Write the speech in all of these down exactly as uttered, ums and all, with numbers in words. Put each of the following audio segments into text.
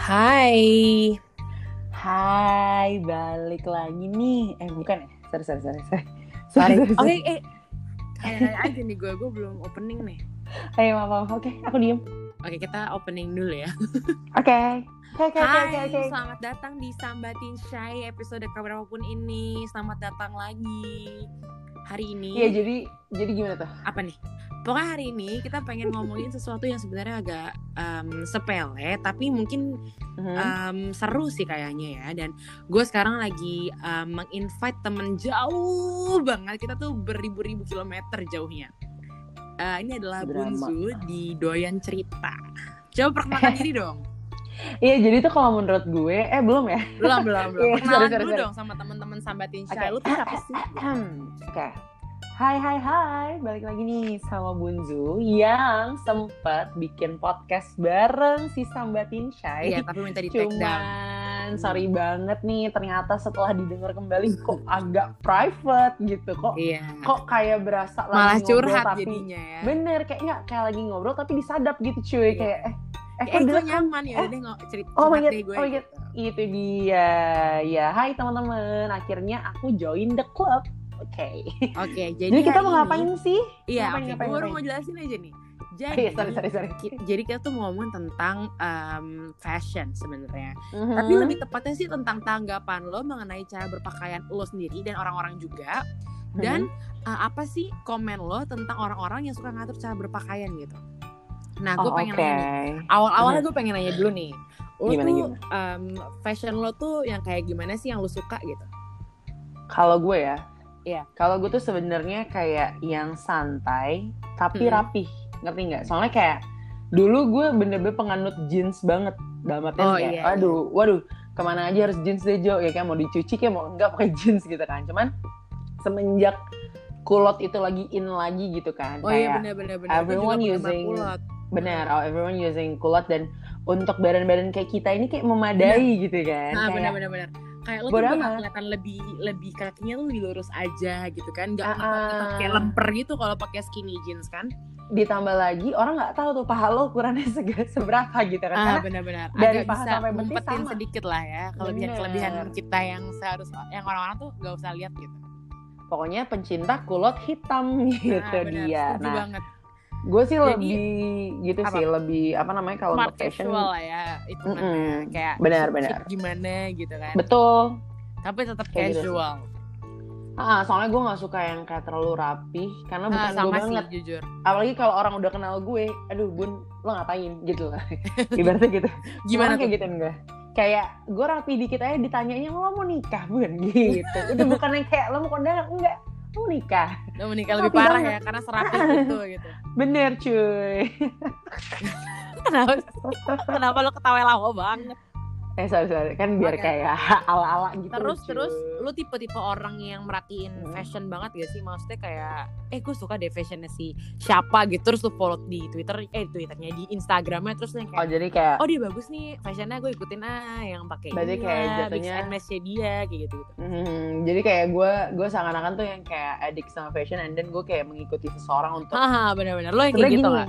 Hai. Hai, balik lagi nih. Eh bukan ya? Sorry, sorry, sorry, sorry. Sorry. Oke, okay, eh kayak aja nih gue, gue belum opening nih. Ayo, maaf, maaf. Oke, aku diem. Oke, kita opening dulu ya. Oke. Oke, oke, oke, oke. Selamat datang di Sambatin Shy episode keberapapun ini. Selamat datang lagi. Hari ini. Iya, jadi jadi gimana tuh? Apa nih? Pokoknya hari ini kita pengen ngomongin sesuatu yang sebenarnya agak um, sepele, tapi mungkin um, seru sih kayaknya ya. Dan gue sekarang lagi um, meng-invite temen jauh banget. Kita tuh beribu-ribu kilometer jauhnya. Uh, ini adalah Drama. Bunzu di Doyan Cerita. Coba perkenalkan diri dong. Iya, jadi tuh kalau menurut gue, eh belum ya? Belum, belum, belum. Yeah, Perkenalan sorry, sorry, dulu sorry. dong sama teman-teman Sambatin Shy. Okay. Lu tuh siapa sih? Oke. Okay. Hai, hai, hai. Balik lagi nih sama Bunzu yang sempat bikin podcast bareng si Sambatin Shy. Iya, tapi minta di take down. Cuman sorry banget nih, ternyata setelah didengar kembali kok agak private gitu. Kok Iya. kok kayak berasa Malah lagi curhat ngobrol tapi jadinya ya. bener, kayak nggak kayak lagi ngobrol tapi disadap gitu cuy. Iya. Kayak eh eh Eh, kok gue direkam? nyaman ya, Eh, udah nggak cerita oh my curhat God, deh gue. oh my God. Gitu. Itu dia. Ya, hai teman-teman. Akhirnya aku join the club. Oke. Okay. Oke, jadi, Jadi kita hari mau ini- ngapain sih? Iya, Ngapain, oke. ngapain, Gue baru ngapain? mau jelasin aja nih. Jadi, Iya, sorry, sorry, sorry. ki- jadi kita tuh mau ngomong tentang um, fashion sebenarnya. Mhm. Tapi lebih tepatnya sih tentang tanggapan lo mengenai cara berpakaian lo sendiri dan orang-orang juga. Dan uh, apa sih komen lo tentang orang-orang yang suka ngatur cara berpakaian gitu. Nah, gue Oh, pengen oke. nanya nih. Awal-awalnya gue pengen nanya dulu nih. Lo Gimana, tuh gimana? um, fashion lo tuh yang kayak gimana sih yang lo suka gitu? Kalau gue ya, Iya. kalau gue tuh sebenarnya kayak yang santai tapi Hmm. rapih, ngerti nggak? Soalnya kayak dulu gue bener-bener penganut jeans banget, dalam artian Oh, kayak, iya, waduh, waduh, kemana aja harus jeans deh Jo, ya kayak mau dicuci kayak mau enggak pakai jeans gitu kan. Cuman semenjak kulot itu lagi in lagi gitu kan, Oh iya, kayak benar-benar. everyone using- bener, oh everyone using kulot dan untuk badan-badan kayak kita ini kayak memadai gitu kan, Nah, kayak benar-benar benar. Kayak lo tuh bodo bakal amat. kelihatan lebih lebih kakinya tuh lebih lurus aja gitu kan, nggak Ah, ngetok-ngetok kayak ah. lemper gitu kalau pakai skinny jeans kan. ditambah lagi orang nggak tahu tuh paha lo ukurannya sege- seberapa gitu kan, Ah, karena benar-benar. dari Agak paha bisa sampai betis ngumpetin sama. sedikit lah ya kelebihan-kelebihan Bener. kita yang seharusnya yang orang-orang tuh gak usah lihat gitu. pokoknya pencinta kulot hitam gitu Nah, benar, dia. setuju Nah, banget. gue sih Jadi, lebih gitu apa? sih, lebih apa namanya kalau Smart untuk fashion. casual lah ya itu Mm-mm. kayak Benar, chic benar. gimana gitu kan. Betul. Tapi tetap Kayak gitu sih. casual. Ah, soalnya gue nggak suka yang kayak terlalu rapi karena Ah, bukan gue sama sih banget. jujur. Apalagi kalau orang udah kenal gue, aduh Bun, lo ngapain gitu lah. Ibaratnya gitu. Gimana Cuman kayak tuh? gitu enggak. Kayak gue rapi dikit aja ditanyanya lo mau nikah Bun gitu. Itu bukan yang kayak lo mau kondangan, enggak. Lo mau nikah. Lo menikah lebih Rapi parah banget. ya karena serapi gitu gitu. Bener cuy. Kenapa? Kenapa lo ketawa lama banget? Eh sorry, sorry. Kan biar Oke. kayak ala-ala gitu. Terus cuy. terus lu tipe-tipe orang yang merhatiin Hmm. fashion banget gak sih? Maksudnya kayak eh gue suka deh fashionnya si siapa gitu. Terus lu follow di Twitter, eh Twitternya di Instagramnya. Terus yang Oh kayak jadi kayak oh dia bagus nih fashionnya, gue ikutin ah yang pakai Berarti ini kayak lah, mix jatuhnya- and match-nya dia kayak gitu gitu. hmm, jadi kayak gue gue seakan-akan tuh yang kayak addict sama fashion, and then gue kayak mengikuti seseorang untuk Haha, benar-benar. Lo yang kayak sebenarnya gitu gini, nggak?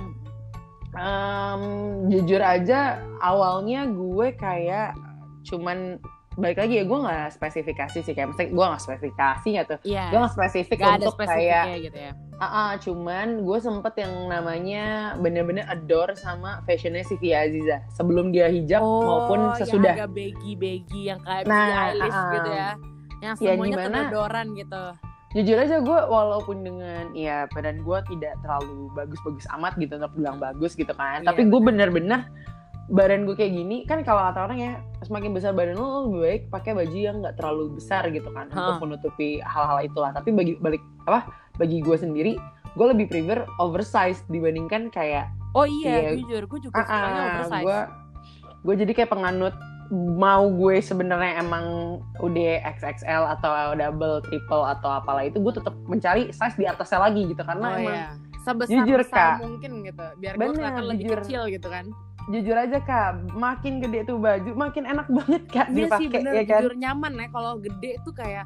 em, jujur aja awalnya gue kayak cuman balik lagi ya, gue nggak spesifikasi sih, kayak maksudnya gue nggak spesifikasi nggak tuh, Iya. gue nggak spesifik Gak ada untuk kayak spesifiknya gitu ya. ah ah, cuman gue sempet yang namanya bener-bener adore sama fashionnya si Via Aziza sebelum dia hijab maupun sesudah. yang agak baggy-baggy yang kayak Nah, Billie Eilish ah, ah. gitu ya. Yang Ya, semuanya gimana? kedodoran gitu. Jujur aja gue walaupun dengan ya badan gue tidak terlalu bagus-bagus amat gitu, untuk bilang bagus gitu kan, Iya, tapi gue bener-bener badan gue kayak gini kan, kalau kata orang ya semakin besar badan lo, lo lebih baik pakai baju yang nggak terlalu besar gitu kan, Hah. untuk menutupi hal-hal itulah. Tapi bagi balik apa bagi gue sendiri, gue lebih prefer oversize dibandingkan kayak Oh iya, Iya. jujur gue juga sukanya oversize. gue gue jadi kayak penganut, mau gue sebenarnya emang udah X X L atau double triple atau apalah itu, gue tetap mencari size di atasnya lagi gitu, karena Oh emang iya. Sebesar Jujur, besar Kak. mungkin gitu. Biar gue Bener, kelihatan lebih jujur. kecil gitu kan. jujur aja Kak, makin gede tuh baju makin enak banget Kak Iya sih dipakai bener, ya kan. jujur nyaman ya. Kalau gede tuh kayak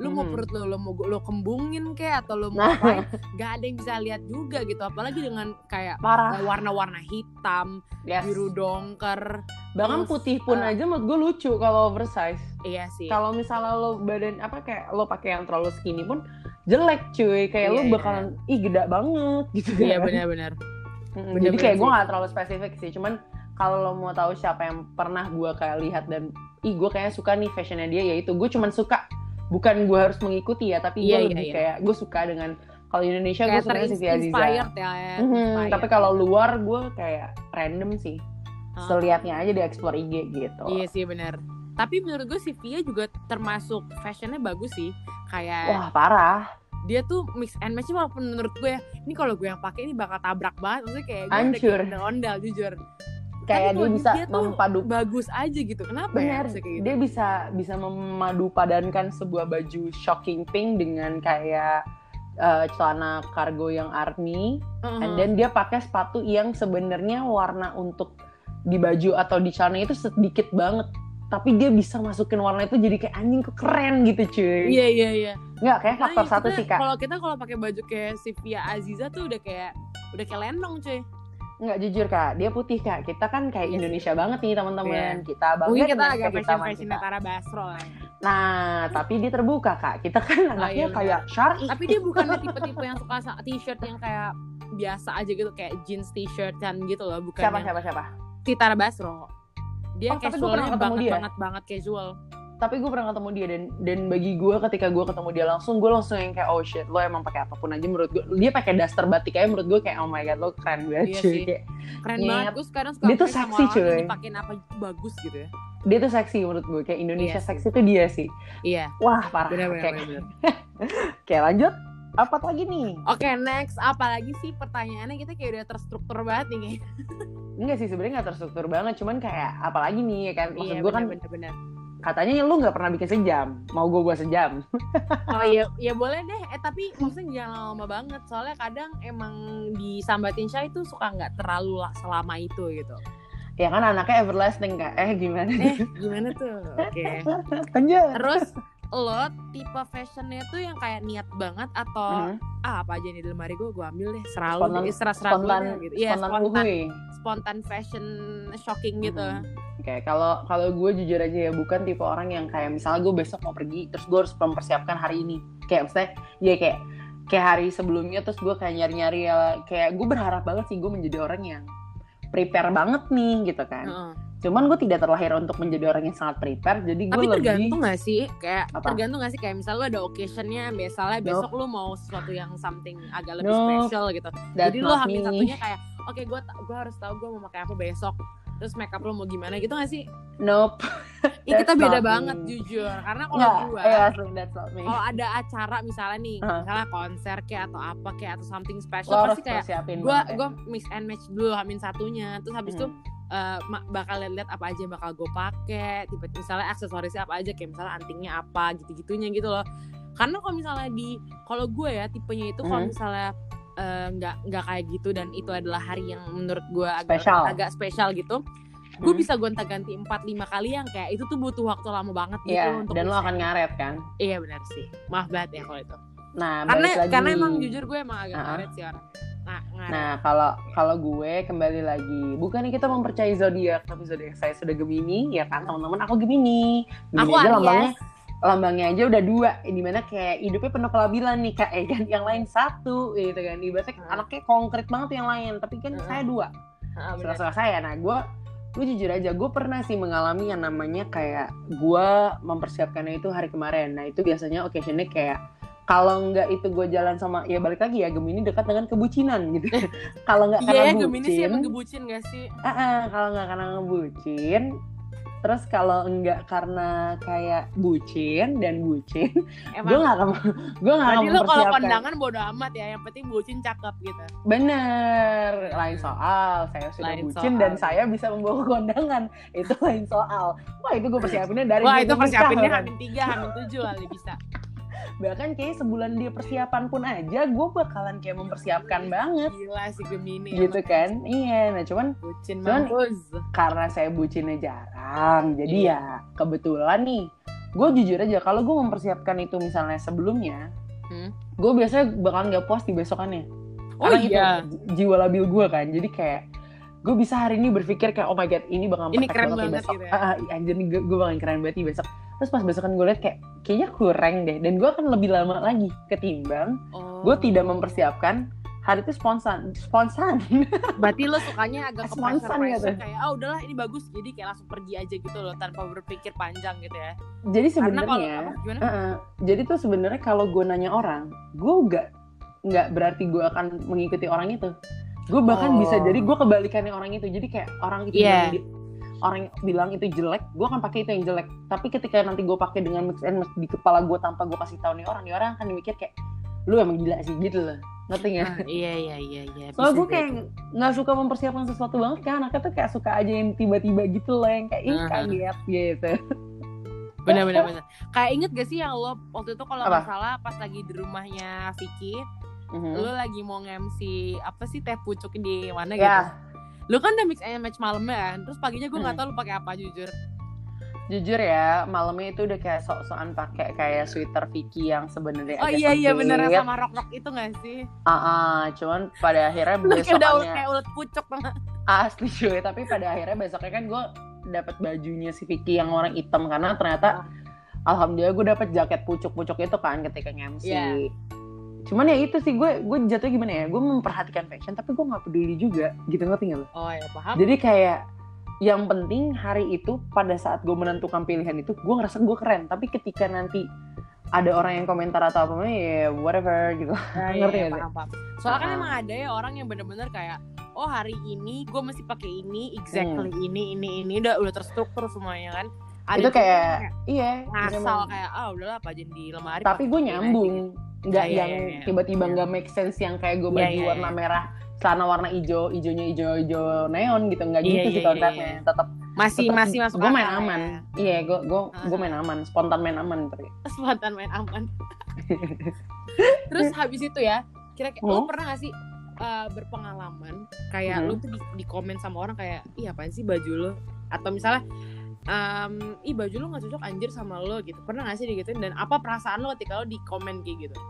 lu mau Mhm. perut lu lu mau lo kembungin kayak atau lu mau Nah. ngapain, gak ada yang bisa lihat juga gitu, apalagi dengan kayak Parah. uh, warna-warna hitam, Yes. biru dongker, Bahkan terus, putih pun uh, aja menurut gue lucu kalau oversize. iya sih. Kalau misalnya lo badan apa kayak lo pakai yang terlalu skinny pun jelek cuy, kayak Iya, lo iya. bakalan ih gede banget gitu Iya kan. benar-benar. Mm, Bener-bener jadi kayak gue sih. gak terlalu spesifik sih, cuman kalau lo mau tahu siapa yang pernah gue kayak lihat dan ih gue kayaknya suka nih fashionnya dia, yaitu gue cuman suka, bukan gue harus mengikuti ya, tapi gue Iya, iya, lebih iya. kayak gue suka dengan, kalau Indonesia gue Kayak suka Siti Aziza. terinspired ya. ya Mhm, inspired. tapi kalau luar gue kayak random sih, Ah. selihatnya aja di explore I G gitu. Iya sih benar. Tapi menurut gue si Via juga termasuk fashionnya bagus sih. Kayak Wah parah, dia tuh mix and match, walaupun menurut gue ya, ini kalau gue yang pakai ini bakal tabrak banget, maksudnya kayak gue Hancur. udah kayak ondel-ondel jujur. kayak Tapi dia kalau bisa dia tuh memadu. bagus aja gitu. Kenapa ya Bener, bisa kayak gitu? dia bisa bisa memadupadankan sebuah baju shocking pink dengan kayak uh, celana kargo yang army, Uh-huh. and then dia pakai sepatu yang sebenarnya warna untuk di baju atau di celana itu sedikit banget, tapi dia bisa masukin warna itu jadi kayak anjing kok keren gitu cuy. Iya iya iya. Nggak, kayak Makanya faktor satu kita- sih kak. Kalau kita kalau pakai baju kayak si Via Aziza tuh udah kayak udah kayak lenong cuy. Nggak, jujur kak, dia putih kak. Kita kan kayak Iya Indonesia banget nih teman-teman. Iya. Kita banget Mungkin kita dengan agak kehidupan fashion-fashionnya kita. Tara Basro lah. Nah, tapi dia terbuka kak. Kita kan anaknya iya, benar. kayak syar'i. Tapi dia bukannya tipe-tipe yang suka sa- t-shirt yang kayak biasa aja gitu, kayak jeans t-shirt kan gitu loh, bukan siapa yang siapa siapa. si Tara Basro. Dia Oh, tapi gua casualnya pernah ketemu banget dia. banget banget casual. Tapi gue pernah ketemu dia, dan dan bagi gue ketika gue ketemu dia langsung, gue langsung yang kayak oh shit, lo emang pakai apapun aja menurut gue. Dia pakai daster batik aja menurut gue kayak oh my god, lo keren banget Iya cuy. sih. Kayak, Keren Nyet. banget. Gue sekarang suka Dia tuh pakai sama seksi, orang cuy. yang dipakein apa bagus gitu ya. dia tuh seksi menurut gue, kayak Indonesia Iya sih. seksi tuh dia sih. Iya. Wah parah. Benar-benar. Kayak, benar. kayak lanjut, apa lagi nih? Oke, next. Apalagi sih pertanyaannya kita kayak udah terstruktur banget nih kayaknya. Enggak sih, sebenarnya nggak terstruktur banget, cuman kayak apalagi nih ya kan. Maksud Iya, gue kan benar-benar. katanya lu nggak pernah bikin sejam, mau gue buat sejam. Oh iya, ya boleh deh. Eh tapi maksudnya jangan lama banget. Soalnya kadang emang disambatin Syah itu suka nggak terlalu lah selama itu gitu. Ya kan anaknya everlasting kak. Eh gimana? Eh gimana tuh? Oke. Lanjut. Terus lo tipe fashionnya tuh yang kayak niat banget atau Mhm. ah, apa aja nih di lemari gue gue ambil deh seralu Spontan- deh serah-serah gue spontan deh, gitu. Iya spontan spontan uhuy. spontan fashion shocking gitu. Hmm. Oke, kalau kalau gue jujur aja ya, bukan tipe orang yang kayak misalnya gue besok mau pergi terus gue harus mempersiapkan hari ini. Kayak misalnya ya kayak kayak hari sebelumnya terus gue kayak nyari-nyari ya, kayak gue berharap banget sih gue menjadi orang yang prepare banget nih gitu kan. Heeh. Cuman gue tidak terlahir untuk menjadi orang yang sangat prepare, jadi gue Tapi lebih tergantung gak sih? Kayak Apa? tergantung gak sih? Kayak misalnya lo ada occasionnya, misalnya besok lo mau sesuatu yang something agak lebih Nope. special gitu. that's Jadi lo not hamil me. satunya kayak, oke gue gue harus tahu gue mau pakai apa besok. Terus makeup lo mau gimana gitu gak sih? Nope. Ih, kita That's beda not me. banget jujur. Karena kalau Nggak, gue, eh, asli, that's not me. kalau ada acara misalnya nih, Uh-huh. misalnya konser kayak atau apa kayak atau something special, Lo harus pasti kayak persiapin gue banget ya. gue mix and match dulu hamin satunya. Terus habis itu Hmm. uh, ma- bakal lihat apa aja yang bakal gue pakai, tipe misalnya aksesorisnya apa aja, kayak misalnya antingnya apa gitu-gitunya gitu loh. Karena kalau misalnya di kalau gue ya tipenya itu kalau Hmm. misalnya uh, nggak nggak kayak gitu dan itu adalah hari yang menurut gue agak Spesial. agak spesial gitu, gue Hmm. bisa gonta-ganti empat lima kali yang kayak itu tuh butuh waktu lama banget gitu Iya, untuk dan lo bisa- akan ngaret kan. Iya benar sih, maaf banget ya kalau itu. Nah, Karena balik lagi. karena emang jujur gue emang agak Uh-uh. ngaret sih orang. Nah, ngaret. Nah, kalau kalau gue kembali lagi, bukannya kita mempercayai zodiak, tapi zodiak saya sudah Gemini, ya kan teman-teman? Aku Gemini. Gemini Aku aja Aries. lambangnya lambangnya aja udah dua, dimana kayak hidupnya penuh pelabilan nih kak, eh kan yang lain satu, gitu kan? Ibaratnya Hmm. anaknya konkret banget tuh yang lain, tapi kan Hmm. saya dua, Ah, benar. suka-suka saya. Nah, gue gue jujur aja, gue pernah sih mengalami yang namanya kayak gue mempersiapkannya itu hari kemarin. Nah, itu biasanya occasionnya kayak kalau nggak itu gue jalan sama, ya balik lagi ya, Gemini dekat dengan kebucinan gitu. Kalau nggak Iya karena ya, Gemini sih bucin, emang gebucin gak sih? ah, ah, kalau nggak karena ngebucin, terus kalau enggak karena kayak bucin dan bucin, gue Emang nggak akan gue nggak akan berarti lo kalau mempersiapkan. kondangan bodo amat ya, yang penting bucin cakep gitu. Bener, lain soal. Saya sudah Lain bucin soal. dan saya bisa membawa kondangan. Itu lain soal. Wah, itu gue persiapinnya dari Wah dia itu nikah, persiapinnya kan. hamin tiga, hamin tujuh kali bisa. Bahkan kayak sebulan dia persiapan pun aja, gue bakalan kayak mempersiapkan banget. Gila si Gemini. Gitu kan. Iya, nah cuman Bucin Cuman- mampus. karena saya bucinnya jarang, jadi Iya. ya kebetulan nih gue jujur aja kalau gue mempersiapkan itu misalnya sebelumnya, hmm? gue biasanya bakal nggak puas di besokannya. Oh karena iya. Itu jiwa labil gue kan, jadi kayak gue bisa hari ini berpikir kayak oh my god ini bakal ini keren banget besok. Gitu ya. ah, ah, anjir gue, gue bakal keren banget nih besok. Terus pas besokan gue liat kayak kayaknya kurang deh, dan gue akan lebih lama lagi ketimbang oh. gue tidak mempersiapkan hari itu spontan spontan. Berarti lo sukanya agak ke pressure gitu. Kayak ah oh, udahlah ini bagus, jadi kayak langsung pergi aja gitu loh tanpa berpikir panjang gitu ya. Jadi sebenarnya uh-uh, jadi tuh sebenarnya kalau gue nanya orang, gue nggak nggak berarti gue akan mengikuti orang itu. Gue bahkan oh. bisa jadi gue kebalikannya orang itu. Jadi kayak orang itu yeah. bilang, orang bilang itu jelek, gue akan pakai itu yang jelek. Tapi ketika nanti gue pakai dengan mix and match di kepala gue tanpa gue kasih tahu nih orang, nih orang akan mikir kayak lu emang gila sih gitu loh. Ngerti nggak? Ah, iya iya iya iya. Soalnya gue kayak nggak suka mempersiapkan sesuatu banget kan. Anaknya tuh kayak suka aja yang tiba-tiba gitu loh, yang kayak ih kaget gitu. Bener-bener bener. Kayak inget gak sih yang lo waktu itu kalau nggak salah pas lagi di rumahnya Vicky, mm-hmm. lo lagi mau nge-M C apa sih teh pucuk di mana gitu? Yeah. Lo kan udah mix and match malamnya kan, terus paginya gue nggak hmm. tahu lo pakai apa jujur. Jujur ya, malamnya itu udah kayak sok-sokan pakai kayak sweater Vicky yang sebenarnya oh agak iya iya beneran sedikit. sama rok-rok itu nggak sih? Ah, uh-uh, cuman pada akhirnya besokannya udah kayak ulet pucuk banget. Asli cuy, tapi pada akhirnya besoknya kan gue dapet bajunya si Vicky yang warna hitam karena ternyata oh. alhamdulillah gue dapet jaket pucuk-pucuk itu kan ketika nge-M C. Yeah. Cuman ya itu sih gue gue jatuhnya gimana ya? Gue memperhatikan fashion tapi gue nggak peduli juga, gitu ngerti nggak lo? Oh ya paham. Jadi kayak yang penting hari itu pada saat gue menentukan pilihan itu gue ngerasa gue keren. Tapi ketika nanti ada orang yang komentar atau apa ya whatever gitu. Nah, ngerti nggak? Iya, paham. Soalnya kan emang ada ya orang yang benar-benar kayak oh hari ini gue mesti pakai ini exactly hmm. ini ini ini udah udah terstruktur semuanya kan. Ada itu kayak, kayak iya ngasal kayak ah oh, udahlah apa aja di lemari. Tapi gue nyambung. Nggak ya, yang ya, ya, tiba-tiba nggak ya. Make sense yang kayak gue baju ya, ya, warna ya. merah, celana warna hijau, hijaunya hijau-hijau neon gitu, nggak gitu ya, sih ya, konsepnya. Ya. Tetap masih tetep, masih masuk gue main akal, aman. Ya. Iya, gue gue uh-huh. gue main aman, spontan main aman tapi. Spontan main aman. Terus habis itu ya, kira-kira hmm? lo pernah nggak sih uh, berpengalaman kayak hmm. lo tuh di, di komen sama orang kayak, ih apaan sih baju lo? Atau misalnya Um, ih baju lo gak cocok anjir sama lo gitu. Pernah gak sih digituin? Dan apa perasaan lo ketika lo di komen kayak gitu?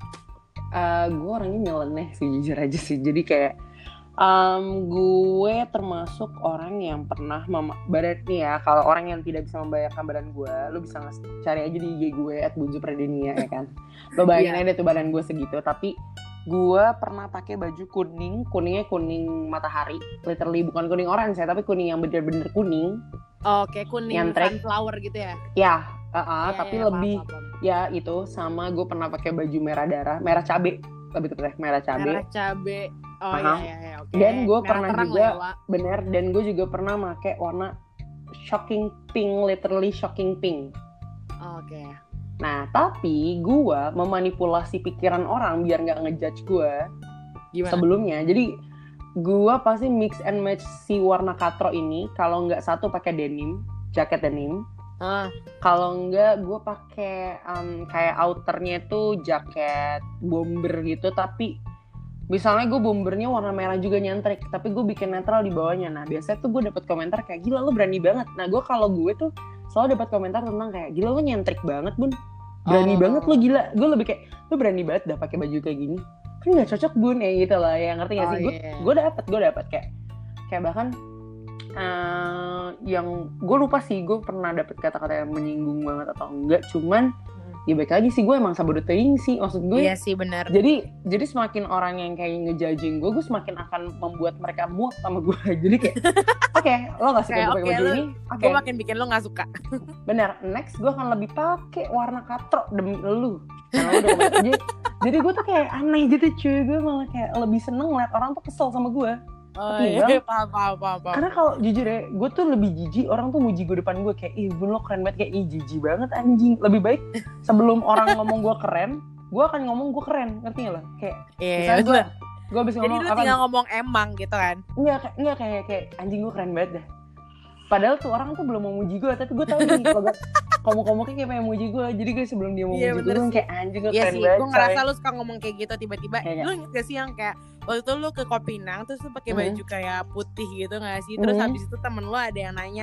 Uh, gue orangnya nyeleneh sih, jujur aja sih. Jadi kayak um, gue termasuk orang yang pernah mem- badan nih ya. Kalau orang yang tidak bisa membayangkan badan gue, lo bisa nge- cari aja di I G gue at bunju pradenia ya kan. Lo bayangin yeah. aja tuh badan gue segitu. Tapi gue pernah pakai baju kuning, kuningnya kuning matahari, literally bukan kuning orange ya, tapi kuning yang bener-bener kuning. Oh, kayak kuning sunflower gitu ya? Ya, uh-uh, ya tapi ya, lebih apa, apa. Ya itu sama gue pernah pakai baju merah darah, merah cabe, lebih tepatnya merah cabe. Merah cabe, oh uh-huh. iya iya oke. Okay. Dan gue merah pernah juga, ya, bener, dan gue juga pernah pakai warna shocking pink, literally shocking pink. Oh, oke. Okay. Nah, tapi gue memanipulasi pikiran orang biar nggak ngejudge gue sebelumnya. Jadi gue pasti mix and match si warna katro ini. Kalau nggak satu pakai denim, jaket denim. Ah. Kalau nggak gue pakai um, kayak outernya itu jaket bomber gitu. Tapi misalnya gue bombernya warna merah juga nyentrik, tapi gue bikin netral di bawahnya. Nah biasanya tuh gue dapet komentar kayak gila lo berani banget. Nah gue kalau gue tuh selalu dapat komentar tentang kayak gila lo nyentrik banget bun, berani oh. banget lo gila. Gue lebih kayak lo berani banget dah pakai baju kayak gini. Kan nggak cocok bun ya gitu lah ya, ngerti nggak oh, sih? Gue yeah. gue dapet gue dapet kayak kayak bahkan uh, yang gue lupa sih gue pernah dapet kata-kata yang menyinggung banget atau enggak, cuman hmm. ya baik lagi sih gue emang sabodo teuing sih maksud gue. Iya sih benar. Jadi jadi semakin orang yang kayak ngejudging gue, gue semakin akan membuat mereka muak sama gue. Jadi kayak oke okay, lo nggak suka gue pakai baju ini, okay. gue makin bikin lo nggak suka. Bener, next gue akan lebih pakai warna katro demi lu. Karena udah jadi, jadi gue tuh kayak aneh gitu cuy, gue malah kayak lebih seneng ngeliat orang tuh kesel sama gue. Oh iya, paham, paham, paham, paham. Karena kalau jujur ya, gue tuh lebih jijik orang tuh muji gue depan gue kayak, ih bun lo keren banget, kayak ih jijik banget anjing. Lebih baik sebelum orang ngomong gue keren, gue akan ngomong gue keren, ngerti gak lo? Kayak, yeah, misalnya gue, gue abis ngomong jadi lu tinggal ngomong emang gitu kan? Enggak, enggak kayak kayak anjing gue keren banget dah. Padahal tuh orang tuh belum mau muji gue, tapi gue tahu nih kalau komuk-komuknya kayak pengen muji gue. Jadi gue sebelum dia mau yeah, muji gue, gue kayak anjing gue yeah, keren sih. banget. Gue ngerasa lu suka ngomong kayak gitu tiba-tiba. Yeah, lu inget gak sih yang kayak waktu itu lu ke Kopinang terus lu pakai baju mm. kayak putih gitu nggak sih? Terus mm. habis itu temen lu ada yang nanya,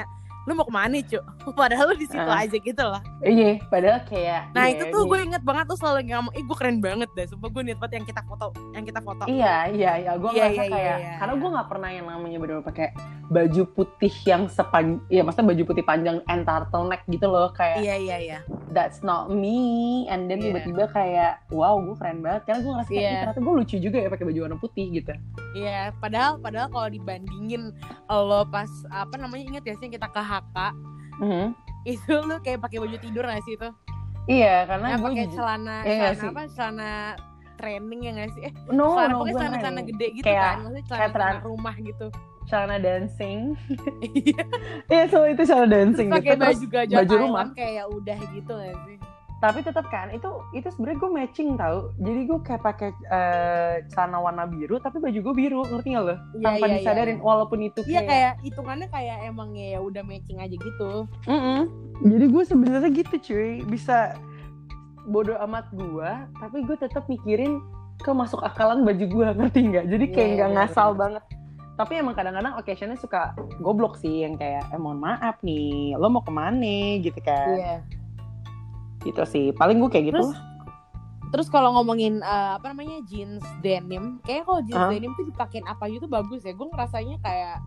lu mau kemana cu? Padahal lu di situ uh. aja gitu loh. Iya, padahal kayak. Nah iya, itu tuh iya. gue inget banget tuh selalu ngomong, ih gue keren banget deh. Sumpah gue niat banget yang kita foto, yang kita foto. Iya, iya, iya. Gue iya, ngerasa iya, kayak, iya, iya. karena gue nggak pernah yang namanya bener-bener pakai baju putih yang sepanjang, ya maksudnya baju putih panjang and turtleneck gitu loh, kayak. Iya, iya, iya. That's not me. And then yeah. tiba-tiba kayak, wow, gue keren banget. Karena gue ngerasa kayak, yeah. ternyata gue lucu juga ya pakai baju warna putih gitu. Iya, padahal, padahal kalau dibandingin lo pas apa namanya inget ya sih kita ke H K. Mm-hmm. Itu lu kayak pakai baju tidur nggak sih itu? Iya, karena nah, gue pakai jujur, celana, eh, celana apa? Celana training ya nggak sih? Eh, no, celana, no, pokoknya celana celana gede gitu kayak, kan, maksudnya celana, celana rumah gitu. Celana dancing. Iya, so itu celana dancing. Terus pakai gitu. baju gajah baju rumah kayak udah gitu nggak sih? Tapi tetap kan itu itu sebenarnya gue matching tau. Jadi gue kayak pakai uh, celana warna biru tapi baju gue biru, ngerti nggak lo? Ya, tanpa ya, disadarin ya, ya. Walaupun itu kayak. Iya kayak hitungannya kayak emang ya udah matching aja gitu. Mm-mm. Jadi gue sebenarnya gitu cuy, bisa bodo amat gue, tapi gue tetap mikirin ke masuk akalan baju gue, ngerti nggak? Jadi kayak nggak yeah, ngasal yeah. banget. Tapi emang kadang-kadang occasionnya suka goblok sih yang kayak, eh mohon maaf nih, lo mau kemana gitu kan? Iya. Yeah. Gitu sih, paling gue kayak gitu. Terus, terus kalau ngomongin uh, apa namanya jeans denim, kayaknya kalau jeans huh? denim tuh dipakein apa gitu bagus ya. Gue ngerasanya kayak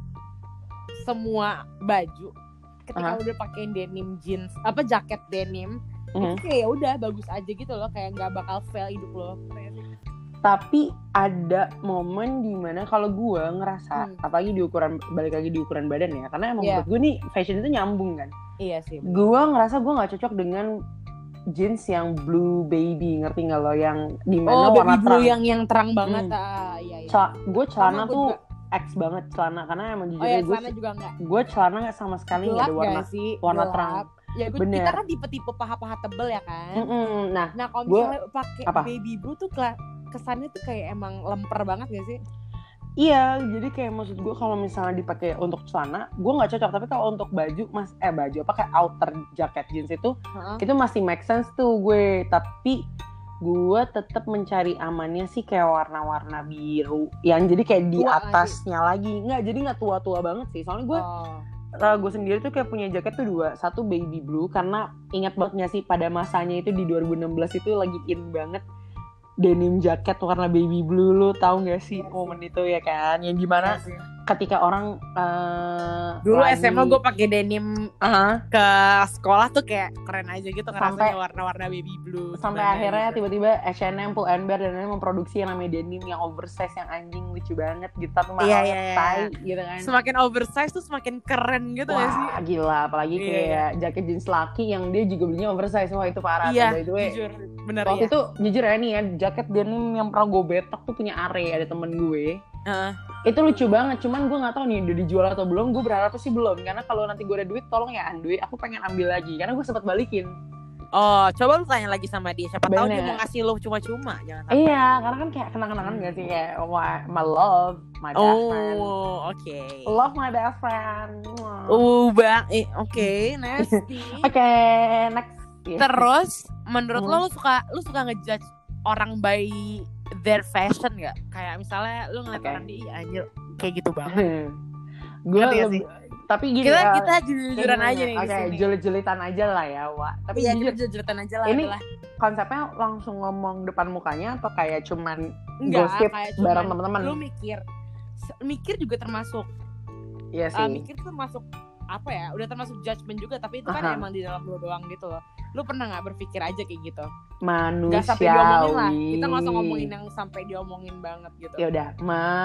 semua baju ketika uh-huh. udah pakein denim jeans, apa jaket denim, uh-huh. itu kayak udah bagus aja gitu loh, kayak nggak bakal fail hidup lo. Tapi ada momen dimana kalau gue ngerasa, hmm. apalagi di ukuran, balik lagi di ukuran badan ya, karena emang yeah. buat gue nih fashion itu nyambung kan. Iya sih. Gue ngerasa gue nggak cocok dengan jeans yang blue baby, ngerti nggak lo, yang dimana oh, warna terang. terang. yang yang terang banget. Hmm. Ah, iya, iya. Cel- gue celana tuh juga. X banget celana, karena emang jujur oh, ya, gue juga enggak. Gue celana nggak sama sekali nggak ada warna sih? warna Gelap. terang. Ya gue, kita kan tipe-tipe paha-paha tebel ya kan. Mm-mm. Nah, nah kalau misalnya pakai baby blue tuh kesannya tuh kayak emang lemper banget gak sih? Iya, jadi kayak maksud gue kalau misalnya dipakai untuk celana, gue nggak cocok. Tapi kalau untuk baju, mas eh baju apa kayak outer jacket jeans itu, uh-huh. itu masih make sense tuh gue. Tapi gue tetap mencari amannya sih kayak warna-warna biru, yang jadi kayak di tua atasnya lagi. lagi. Nggak, jadi nggak tua-tua banget sih. Soalnya gue, oh. uh, gue sendiri tuh kayak punya jaket tuh dua, satu baby blue karena ingat banget nggak sih pada masanya itu di dua ribu enam belas itu lagi in banget. Denim jaket warna baby blue, lo tahu nggak sih yes, momen itu ya kan, yang dimana yes, ketika orang uh, dulu lagi... S M A gue pakai denim uh-huh. ke sekolah tuh kayak keren aja gitu, ngerasanya warna-warna baby blue sampai akhirnya gitu. Tiba-tiba H and M, Pull and Bear dan lain memproduksi yang namanya denim yang oversize yang anjing lucu banget gitu, tapi mahal yeah, yeah, tai yeah. gitu kan. Semakin oversize tuh semakin keren gitu. Wah, gak sih? Gila, apalagi yeah. kayak jaket jeans laki yang dia juga belinya oversize. Wah itu parah. Iya, by the way. jujur, bener waktu ya. itu jujur ya nih ya, jaket denim yang pernah gue betak tuh punya Are, ada temen gue. Uh. Itu lucu banget, cuman gue nggak tahu nih udah dijual atau belum. Gue berharap sih belum, karena kalau nanti gue ada duit, tolong ya Andui, aku pengen ambil lagi, karena gue sempat balikin. Oh, coba lu tanya lagi sama dia, siapa tahu dia mau ngasih lo cuma-cuma, jangan sampai. Iya, karena kan kayak kenang-kenangan nggak sih, kayak my love, my best oh, friend. Oh, oke. Okay. Love my best friend. Oh, bang, eh, oke, okay, nasty. Oke, okay, next. Yeah. Terus, menurut hmm. lo, lu suka, lu suka ngejudge orang by their fashion nggak? Kayak misalnya lu ngeliat okay. orang dia anjir kayak gitu banget. Gue lebih, tapi gini kita, ya. Kita jujur-jujuran aja nih. Oke, okay, julid-julitan aja lah ya, Wak. Tapi iya, jujur, julid-julitan aja lah. Ini adalah. Konsepnya langsung ngomong depan mukanya atau kayak cuman Enggak, gosip kayak bareng cuman, teman-teman? Lu mikir, mikir juga termasuk. Iya sih. Uh, mikir tuh termasuk apa ya? Udah termasuk judgement juga, tapi itu kan uh-huh. emang di dalam lu doang gitu loh. Lu pernah nggak berpikir aja kayak gitu? Manusiawi. Gak sampai diomongin lah. Kita nggak usah ngomongin yang sampai diomongin banget gitu. Ya udah,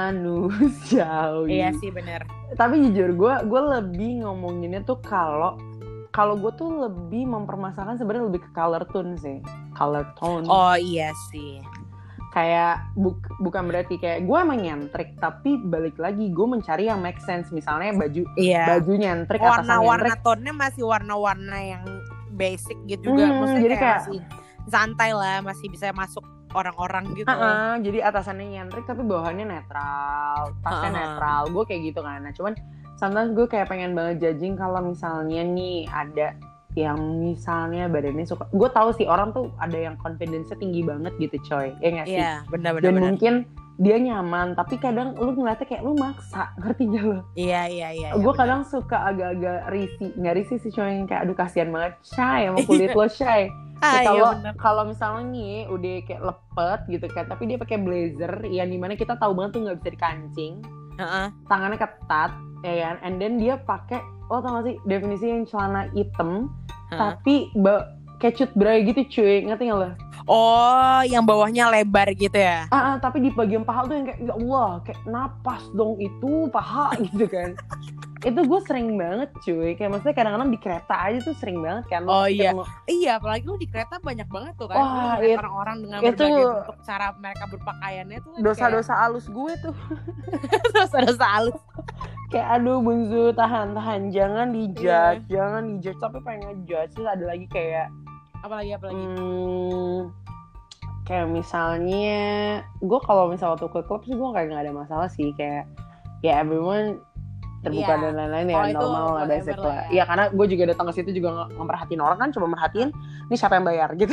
manusiawi. Iya sih benar. Tapi jujur gue, gue lebih ngomonginnya tuh kalau kalau gue tuh lebih mempermasalahkan sebenarnya lebih ke color tone sih, color tone. Oh iya sih. Kayak bu- bukan berarti kayak gue emang nyentrik, tapi balik lagi gue mencari yang make sense. Misalnya baju iya. baju nyentrik, atasan nyentrik. Warna-warna tone-nya masih warna-warna yang basic gitu juga. Hmm, maksudnya jadi kayak, kayak masih santai lah, masih bisa masuk orang-orang gitu. Uh-uh, jadi atasannya nyentrik tapi bawahannya netral, tasnya uh-huh. netral. Gue kayak gitu kan. Nah cuman sometimes gue kayak pengen banget judging kalau misalnya nih ada yang misalnya badannya suka, gue tahu sih orang tuh ada yang confidence-nya tinggi banget gitu coy, ya nggak sih? Iya, benar-benar. Dan benar. mungkin dia nyaman, tapi kadang lu ngeliatnya kayak lu maksa, ngerti gak lo? Iya iya iya. Gue ya, kadang suka agak-agak risih, nggak risih sih, cuma yang kayak aduh kasihan banget, Shay emang kulit lo Shay. Ah, kalau iya kalau misalnya nih udah kayak lepet gitu kan, tapi dia pakai blazer yang dimana kita tahu banget tuh nggak bisa dikancing, uh-uh. tangannya ketat, ya kan, and then dia pakai, lo tau gak sih definisi yang celana hitam, uh-huh. tapi ba- kayak cut bra gitu cuy, ngerti gak lo? Oh, yang bawahnya lebar gitu ya? Ah, ah, tapi di bagian paha tuh yang kayak ya Allah, kayak napas dong itu paha gitu kan. Itu gue sering banget cuy, kayak maksudnya kadang-kadang di kereta aja tuh sering banget kan. Oh iya, mau... iya apalagi lu di kereta banyak banget tuh kan. Wah, it, orang-orang dengan itu, berbagai bentuk cara mereka berpakaiannya tuh. Dosa-dosa kayak... halus gue tuh. Dosa-dosa halus. Kayak aduh Bunzu tahan-tahan, jangan dijudge, yeah. jangan dijudge, tapi pengen ngejudge. Terus ada lagi kayak apalagi apalagi hmm, kayak misalnya gue kalau misalnya waktu ke klub sih gue kayak nggak ada masalah sih, kayak ya everyone terbuka yeah. dan lain-lain ya, normal lah basic lah ya. Ya karena gue juga datang ke situ juga ngemerhatiin orang kan, coba merhatiin ini siapa yang bayar gitu.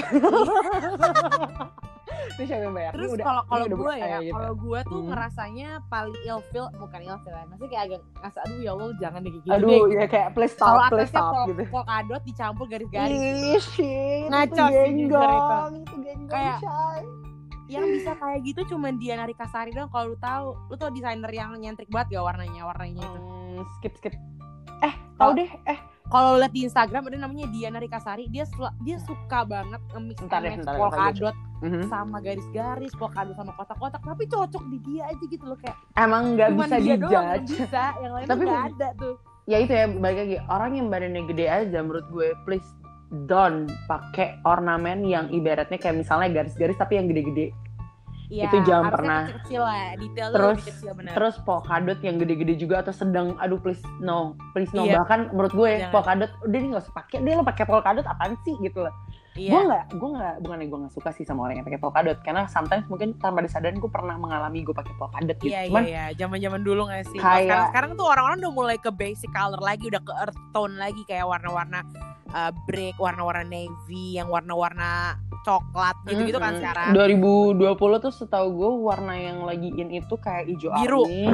Ini siapa yang bayar. Terus kalau kalau gue ya gitu. Kalau gue tuh hmm. ngerasanya paling ilfeel, bukan ilfeel ya, maksudnya kayak agak ngerasa aduh ya Allah jangan deh gitu. Aduh deh, ya gitu. Kayak please stop, kalo please stop pol, gitu. Polkadot dicampur garis-garis. Ih, shit, ngaco sih jujur itu. Itu genggong kayak Shay. Yang bisa kayak gitu cuman Diana Rikasari dong. Kalau lu tahu, lu tau desainer yang nyentrik banget gak warnanya warnanya itu. Hmm, skip skip. Eh, tahu deh. Eh, kalau lihat di Instagram ada namanya Diana Rikasari, dia dia suka banget nge-mix polkadot mm-hmm. sama garis-garis, polkadot sama kotak-kotak, tapi cocok di dia aja gitu loh, kayak emang nggak bisa dijudge. Bisa, yang lain tapi nggak ada tuh. Ya itu ya, balik lagi orang yang badannya gede aja menurut gue please don't pakai ornamen yang ibaratnya kayak misalnya garis-garis tapi yang gede-gede. Ya, itu jangan pernah kecil lah, detail terus lebih kecil, benar. Terus polkadot yang gede-gede juga atau sedang, aduh please no please no iya. Bahkan menurut gue jangan. polkadot udah nih nggak usah pakai, dia lo pakai polkadot apaan sih gitu loh. Iya. Gue nggak gue nggak bukannya gue nggak suka sih sama orang yang pakai polkadot, karena sometimes mungkin tanpa disadarin gue pernah mengalami gue pakai polkadot gitu. Iya, cuman iya iya zaman-zaman dulu nggak sih kayak... sekarang sekarang tuh orang-orang udah mulai ke basic color lagi, udah ke earth tone lagi, kayak warna-warna uh, brick, warna-warna navy, yang warna-warna coklat gitu-gitu mm-hmm. kan sekarang. dua ribu dua puluh tuh setahu gue warna yang lagi in itu kayak hijau biru, army,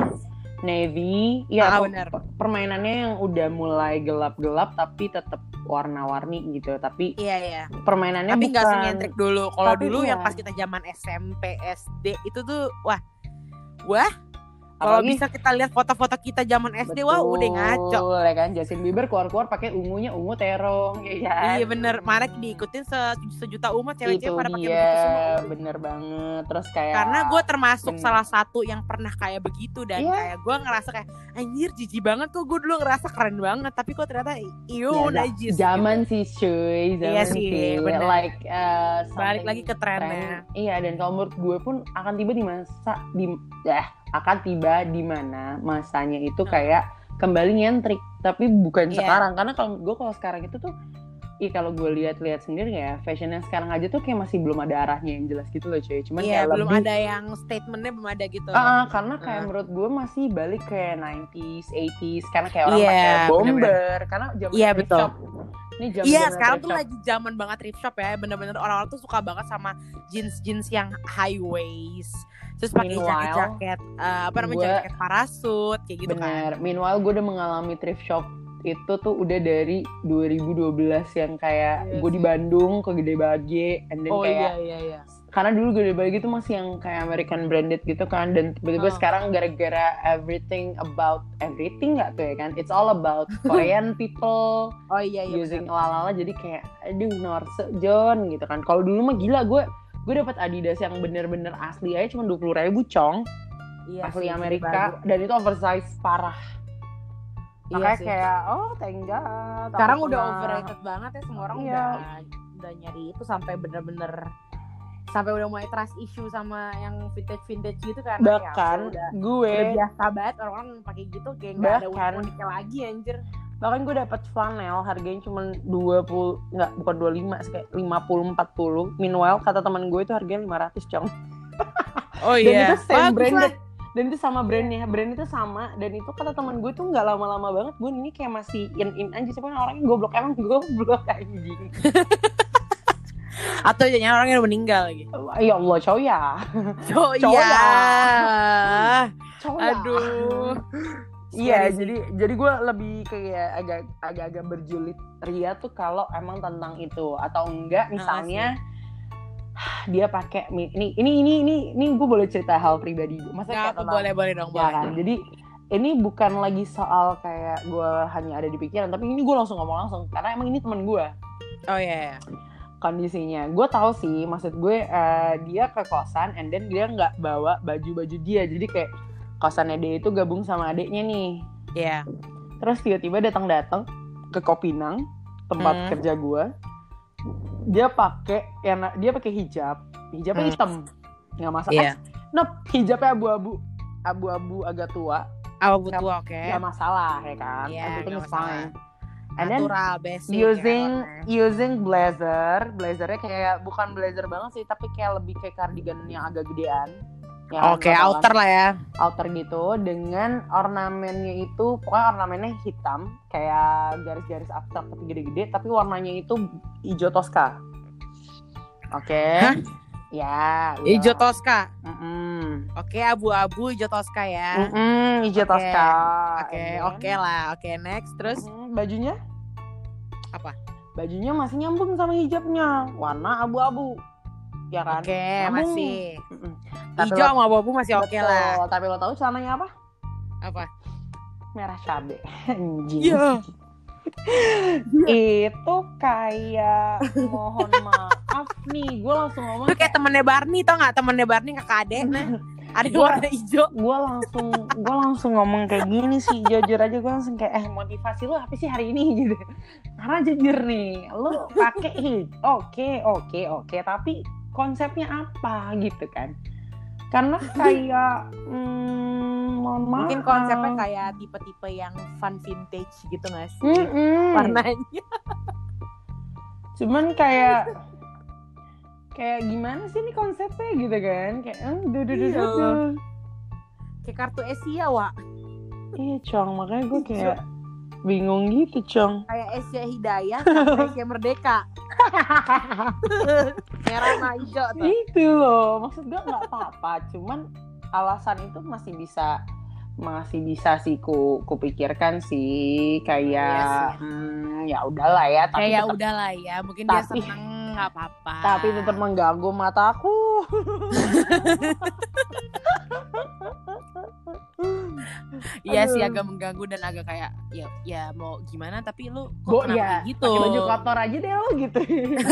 navy. Ya ah, per- permainannya yang udah mulai gelap-gelap tapi tetap warna-warni gitu. Tapi iya iya. Permainannya tapi bukan. Tapi nggak senyentrik dulu. Kalau dulu iya. yang pas kita zaman S M P S D itu tuh wah wah. Kalau bisa kita lihat foto-foto kita zaman S D, betul, wah udah ngaco. Ya kan, Justin Bieber keluar-keluar pakai ungunya ungu terong, ya kan? Iya bener, mana diikutin se- sejuta umat cewek-cewek pada pakai begitu semua. Bener banget. Terus kayak karena gue termasuk bener. salah satu yang pernah kayak begitu dan yeah. kayak gue ngerasa kayak anjir jijik banget kok, gue dulu ngerasa keren banget tapi kok ternyata iyo ya, najis. Zaman gitu. Sih cuy, zaman iya sih, sih. Bener. Like uh, balik lagi ke trennya. Trend. Iya, dan kalau menurut gue pun akan tiba di masa di ya akan tiba di mana masanya itu kayak kembali nyentrik, tapi bukan yeah. sekarang. Karena kalau gue kalau sekarang itu tuh Ih kalau gue lihat-lihat sendiri ya, fashionnya sekarang aja tuh kayak masih belum ada arahnya yang jelas gitu loh cuy. Cuman iya, kayak belum lebih... ada yang statementnya belum ada gitu. Ah, uh, karena kayak uh. menurut gue masih balik kayak nineties, eighties. Karena kayak orang yeah, pakai bomber. Bener-bener. Karena zaman yeah, thrift betul. shop. Ini zaman iya sekarang tuh lagi zaman banget thrift shop ya. Bener-bener orang-orang tuh suka banget sama jeans-jeans yang high waist. Terus pakai jaket-jaket uh, apa namanya, gua... jaket parasut kayak gitu. Bener. Kan. Meanwhile gue udah mengalami thrift shop itu tuh udah dari dua ribu dua belas yang kayak yes. gue di Bandung ke Gede Bage and then oh, kayak iya, iya, iya. Karena dulu Gede Bage itu masih yang kayak American branded gitu kan, dan tiba-tiba oh. sekarang gara-gara everything about everything nggak tuh ya kan, it's all about Korean people oh iya, iya using lalala, jadi kayak aduh Norse John gitu kan. Kalau dulu mah gila, gue gue dapat Adidas yang bener-bener asli aja cuma dua puluh ribu cong, iya, asli sih, Amerika, dan itu oversize parah. Makanya iya kayak oh thank God. Sekarang udah overrated banget ya, semua orang iya. udah udah nyari itu sampai bener-bener sampai udah mulai trust issue sama yang vintage vintage gitu kan. Bahkan ya, udah, gue udah biasa banget orang-orang pakai gitu kayak nggak ada unik-uniknya lagi anjir. Bahkan gue dapat flanel harganya cuma dua puluh, nggak bukan dua puluh lima sih, kayak lima puluh empat puluh. Meanwhile kata teman gue itu harganya lima ratus cong. Oh iya. Dan itu same branded. Dan itu sama brandnya, brand itu sama, dan itu kata teman gue tuh nggak lama-lama banget, gue ini kayak masih in in aja, sebenarnya orangnya goblok, emang goblok anjing. Atau jangan orang yang meninggal lagi. Ya Allah, cowok ya. Cowok ya. Aduh. Iya, jadi jadi gue lebih kayak agak agak-agak berjulit ria tuh kalau emang tentang itu, atau enggak misalnya ah, dia pakai ini ini ini ini ini gue boleh cerita hal pribadi gue. Masa kayak tentang, boleh boleh dong, ya boleh. Kan? Jadi ini bukan lagi soal kayak gue hanya ada di pikiran, tapi ini gue langsung ngomong langsung karena emang ini teman gue. Oh iya. Yeah. Kondisinya gue tahu sih, maksud gue uh, dia ke kosan and then dia nggak bawa baju-baju dia, jadi kayak kosannya dia itu gabung sama adiknya nih. Iya. Yeah. Terus tiba-tiba datang-datang ke Kopinang, tempat hmm. kerja gue. Dia pakai yang dia pakai hijab, hijabnya hmm. hitam. Enggak masalah. Yeah. Eh, nope, hijabnya abu-abu. Abu-abu agak tua. Abu tua, oke. Okay. Enggak masalah, ya kan? Yeah, everything is fine. And natural, then basic, using ya, using blazer, blazernya kayak bukan blazer banget sih, tapi kayak lebih kayak cardigan yang agak gedean. Ya, Oke, okay, outer lah ya. Outer gitu, dengan ornamennya itu, pokoknya ornamennya hitam, kayak garis-garis abstrak tapi gede-gede, tapi warnanya itu hijau toska. Oke. Okay. Ya. Udah. Hijau toska. Mm-mm. Oke, okay, abu-abu hijau toska ya. Mm-mm, hijau okay. toska. Oke, okay, oke okay lah. Oke, okay, next. Terus mm, bajunya? Apa? Bajunya masih nyambung sama hijabnya, warna abu-abu. Ya kan? Oke, okay, masih. Mm-mm. Hijau sama abu-abu masih oke okay lah. Tapi lo tahu celananya apa? Apa? Merah cabe. Anjing. Iya. Itu kayak mohon maaf nih, gue langsung ngomong. Itu kayak temennya Barney, tau nggak? Temennya Barney kakak adek nah. Ada warna hijau. Gue langsung, gue langsung ngomong kayak gini sih, jujur aja gue langsung kayak eh motivasi lo apa sih hari ini gitu. Karena jujur nih, lo pakai hijau, oke oke oke, tapi konsepnya apa gitu kan? Karena kayak hmm, mungkin konsepnya kayak tipe-tipe yang fun vintage gitu nggak sih? Mm-mm. Warnanya. Cuman kayak kayak gimana sih nih konsepnya gitu kan? Kayak duh-duh-duh-duh. Kayak kartu Asia, Wak. Iya, Cong, makanya gue kayak bingung gitu, Cong. Kayak Asia Hidayah sama Asia Merdeka. Merah sama hijau tuh. Itu loh, maksud gue nggak apa-apa, cuman alasan itu masih bisa masih bisa sih ku kupikirkan sih kayak yes, hmm, ya udahlah ya. Tapi kayak tetap, udahlah ya, mungkin tapi, dia seneng nggak apa-apa. Tapi tetap mengganggu mataku. Iya sih, agak mengganggu dan agak kayak ya ya mau gimana, tapi lu kok Bo, kenapa ya, gitu? Pakai baju kotor aja deh lo gitu.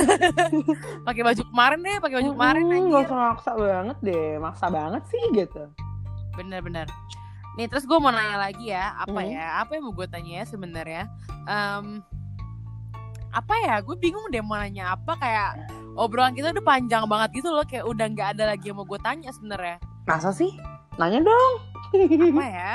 Pakai baju kemarin deh, pakai baju kemarin aja. Enggak usah maksa banget deh, maksa banget sih gitu. Bener-bener. Nih terus gue mau nanya lagi ya, apa hmm. ya? Apa yang mau gue tanya ya sebenarnya? Um, apa ya? Gue bingung deh mau nanya apa, kayak obrolan kita udah panjang banget gitu loh, kayak udah nggak ada lagi yang mau gue tanya sebenarnya. Masa sih? Nanya dong. Apa ya?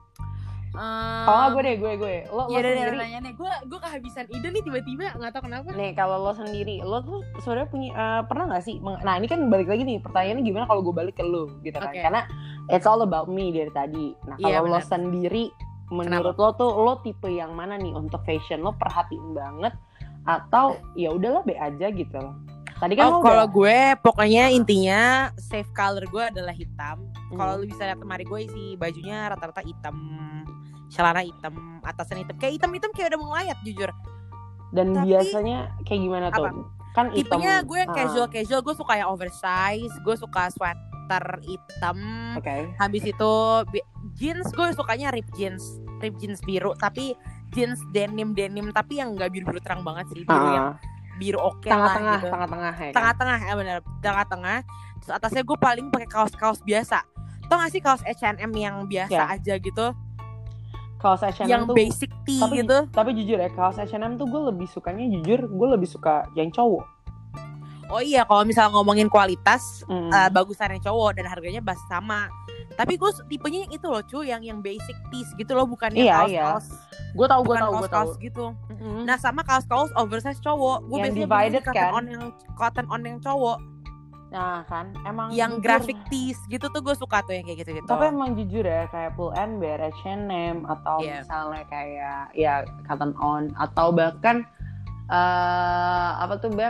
Um, oh gue deh gue gue lo, ya lo sendiri nanya nih, gue gue kehabisan ide nih tiba-tiba, nggak tahu kenapa nih. Kalau lo sendiri, lo tuh sebenarnya punya uh, pernah nggak sih meng- nah ini kan balik lagi nih pertanyaannya, gimana kalau gue balik ke lo gitu kan, okay. Karena it's all about me dari tadi. Nah kalau yeah, lo sendiri menurut kenapa? Lo tuh lo tipe yang mana nih untuk fashion? Lo perhatiin banget atau ya udahlah be aja gitu loh? Tadi kan oh, kalau gue pokoknya intinya safe color gue adalah hitam. Hmm. Kalau lu bisa lihat kemarin gue isi bajunya rata-rata hitam, celana hitam, atasan hitam, kayak hitam-hitam kayak udah melayat jujur. Dan tapi, biasanya kayak gimana tuh? Apa? Kan hitam. Tipenya gue casual casual, gue suka yang oversize, gue suka sweater hitam. Oke. Okay. Habis itu jeans, gue sukanya rip jeans, rip jeans biru, tapi jeans denim denim tapi yang nggak biru-biru terang banget sih, biru uh. yang biru oke okay lah gitu. Tengah-tengah, ya kan? Tengah-tengah ya benar, tengah-tengah. Terus atasnya gue paling pakai kaos-kaos biasa. Tau gak sih kaos H and M yang biasa yeah. aja gitu? Kaos H and M yang tuh basic tee tapi, gitu. Tapi jujur ya, kaos H and M tuh gue lebih sukanya, jujur gue lebih suka yang cowok. Oh iya, kalau misalnya ngomongin kualitas mm. uh, bagusan yang cowok dan harganya pasti sama. Tapi gue tipenya yang itu loh cuy, yang yang basic tees gitu loh, bukan yang iya, kaos-kaos. Iya. Gue tau, gue tau, gue tau. gitu. Mm-hmm. Nah sama kaos-kaos oversize cowok, gue biasanya divided cotton kan? on yang cotton on yang cowok. Nah kan, emang yang jujur, graphic tees gitu tuh gue suka tuh yang kayak gitu-gitu. Tapi emang jujur ya, kayak Pull and Bear, H and M atau yeah. misalnya kayak ya cotton on atau bahkan uh, apa tuh Beb?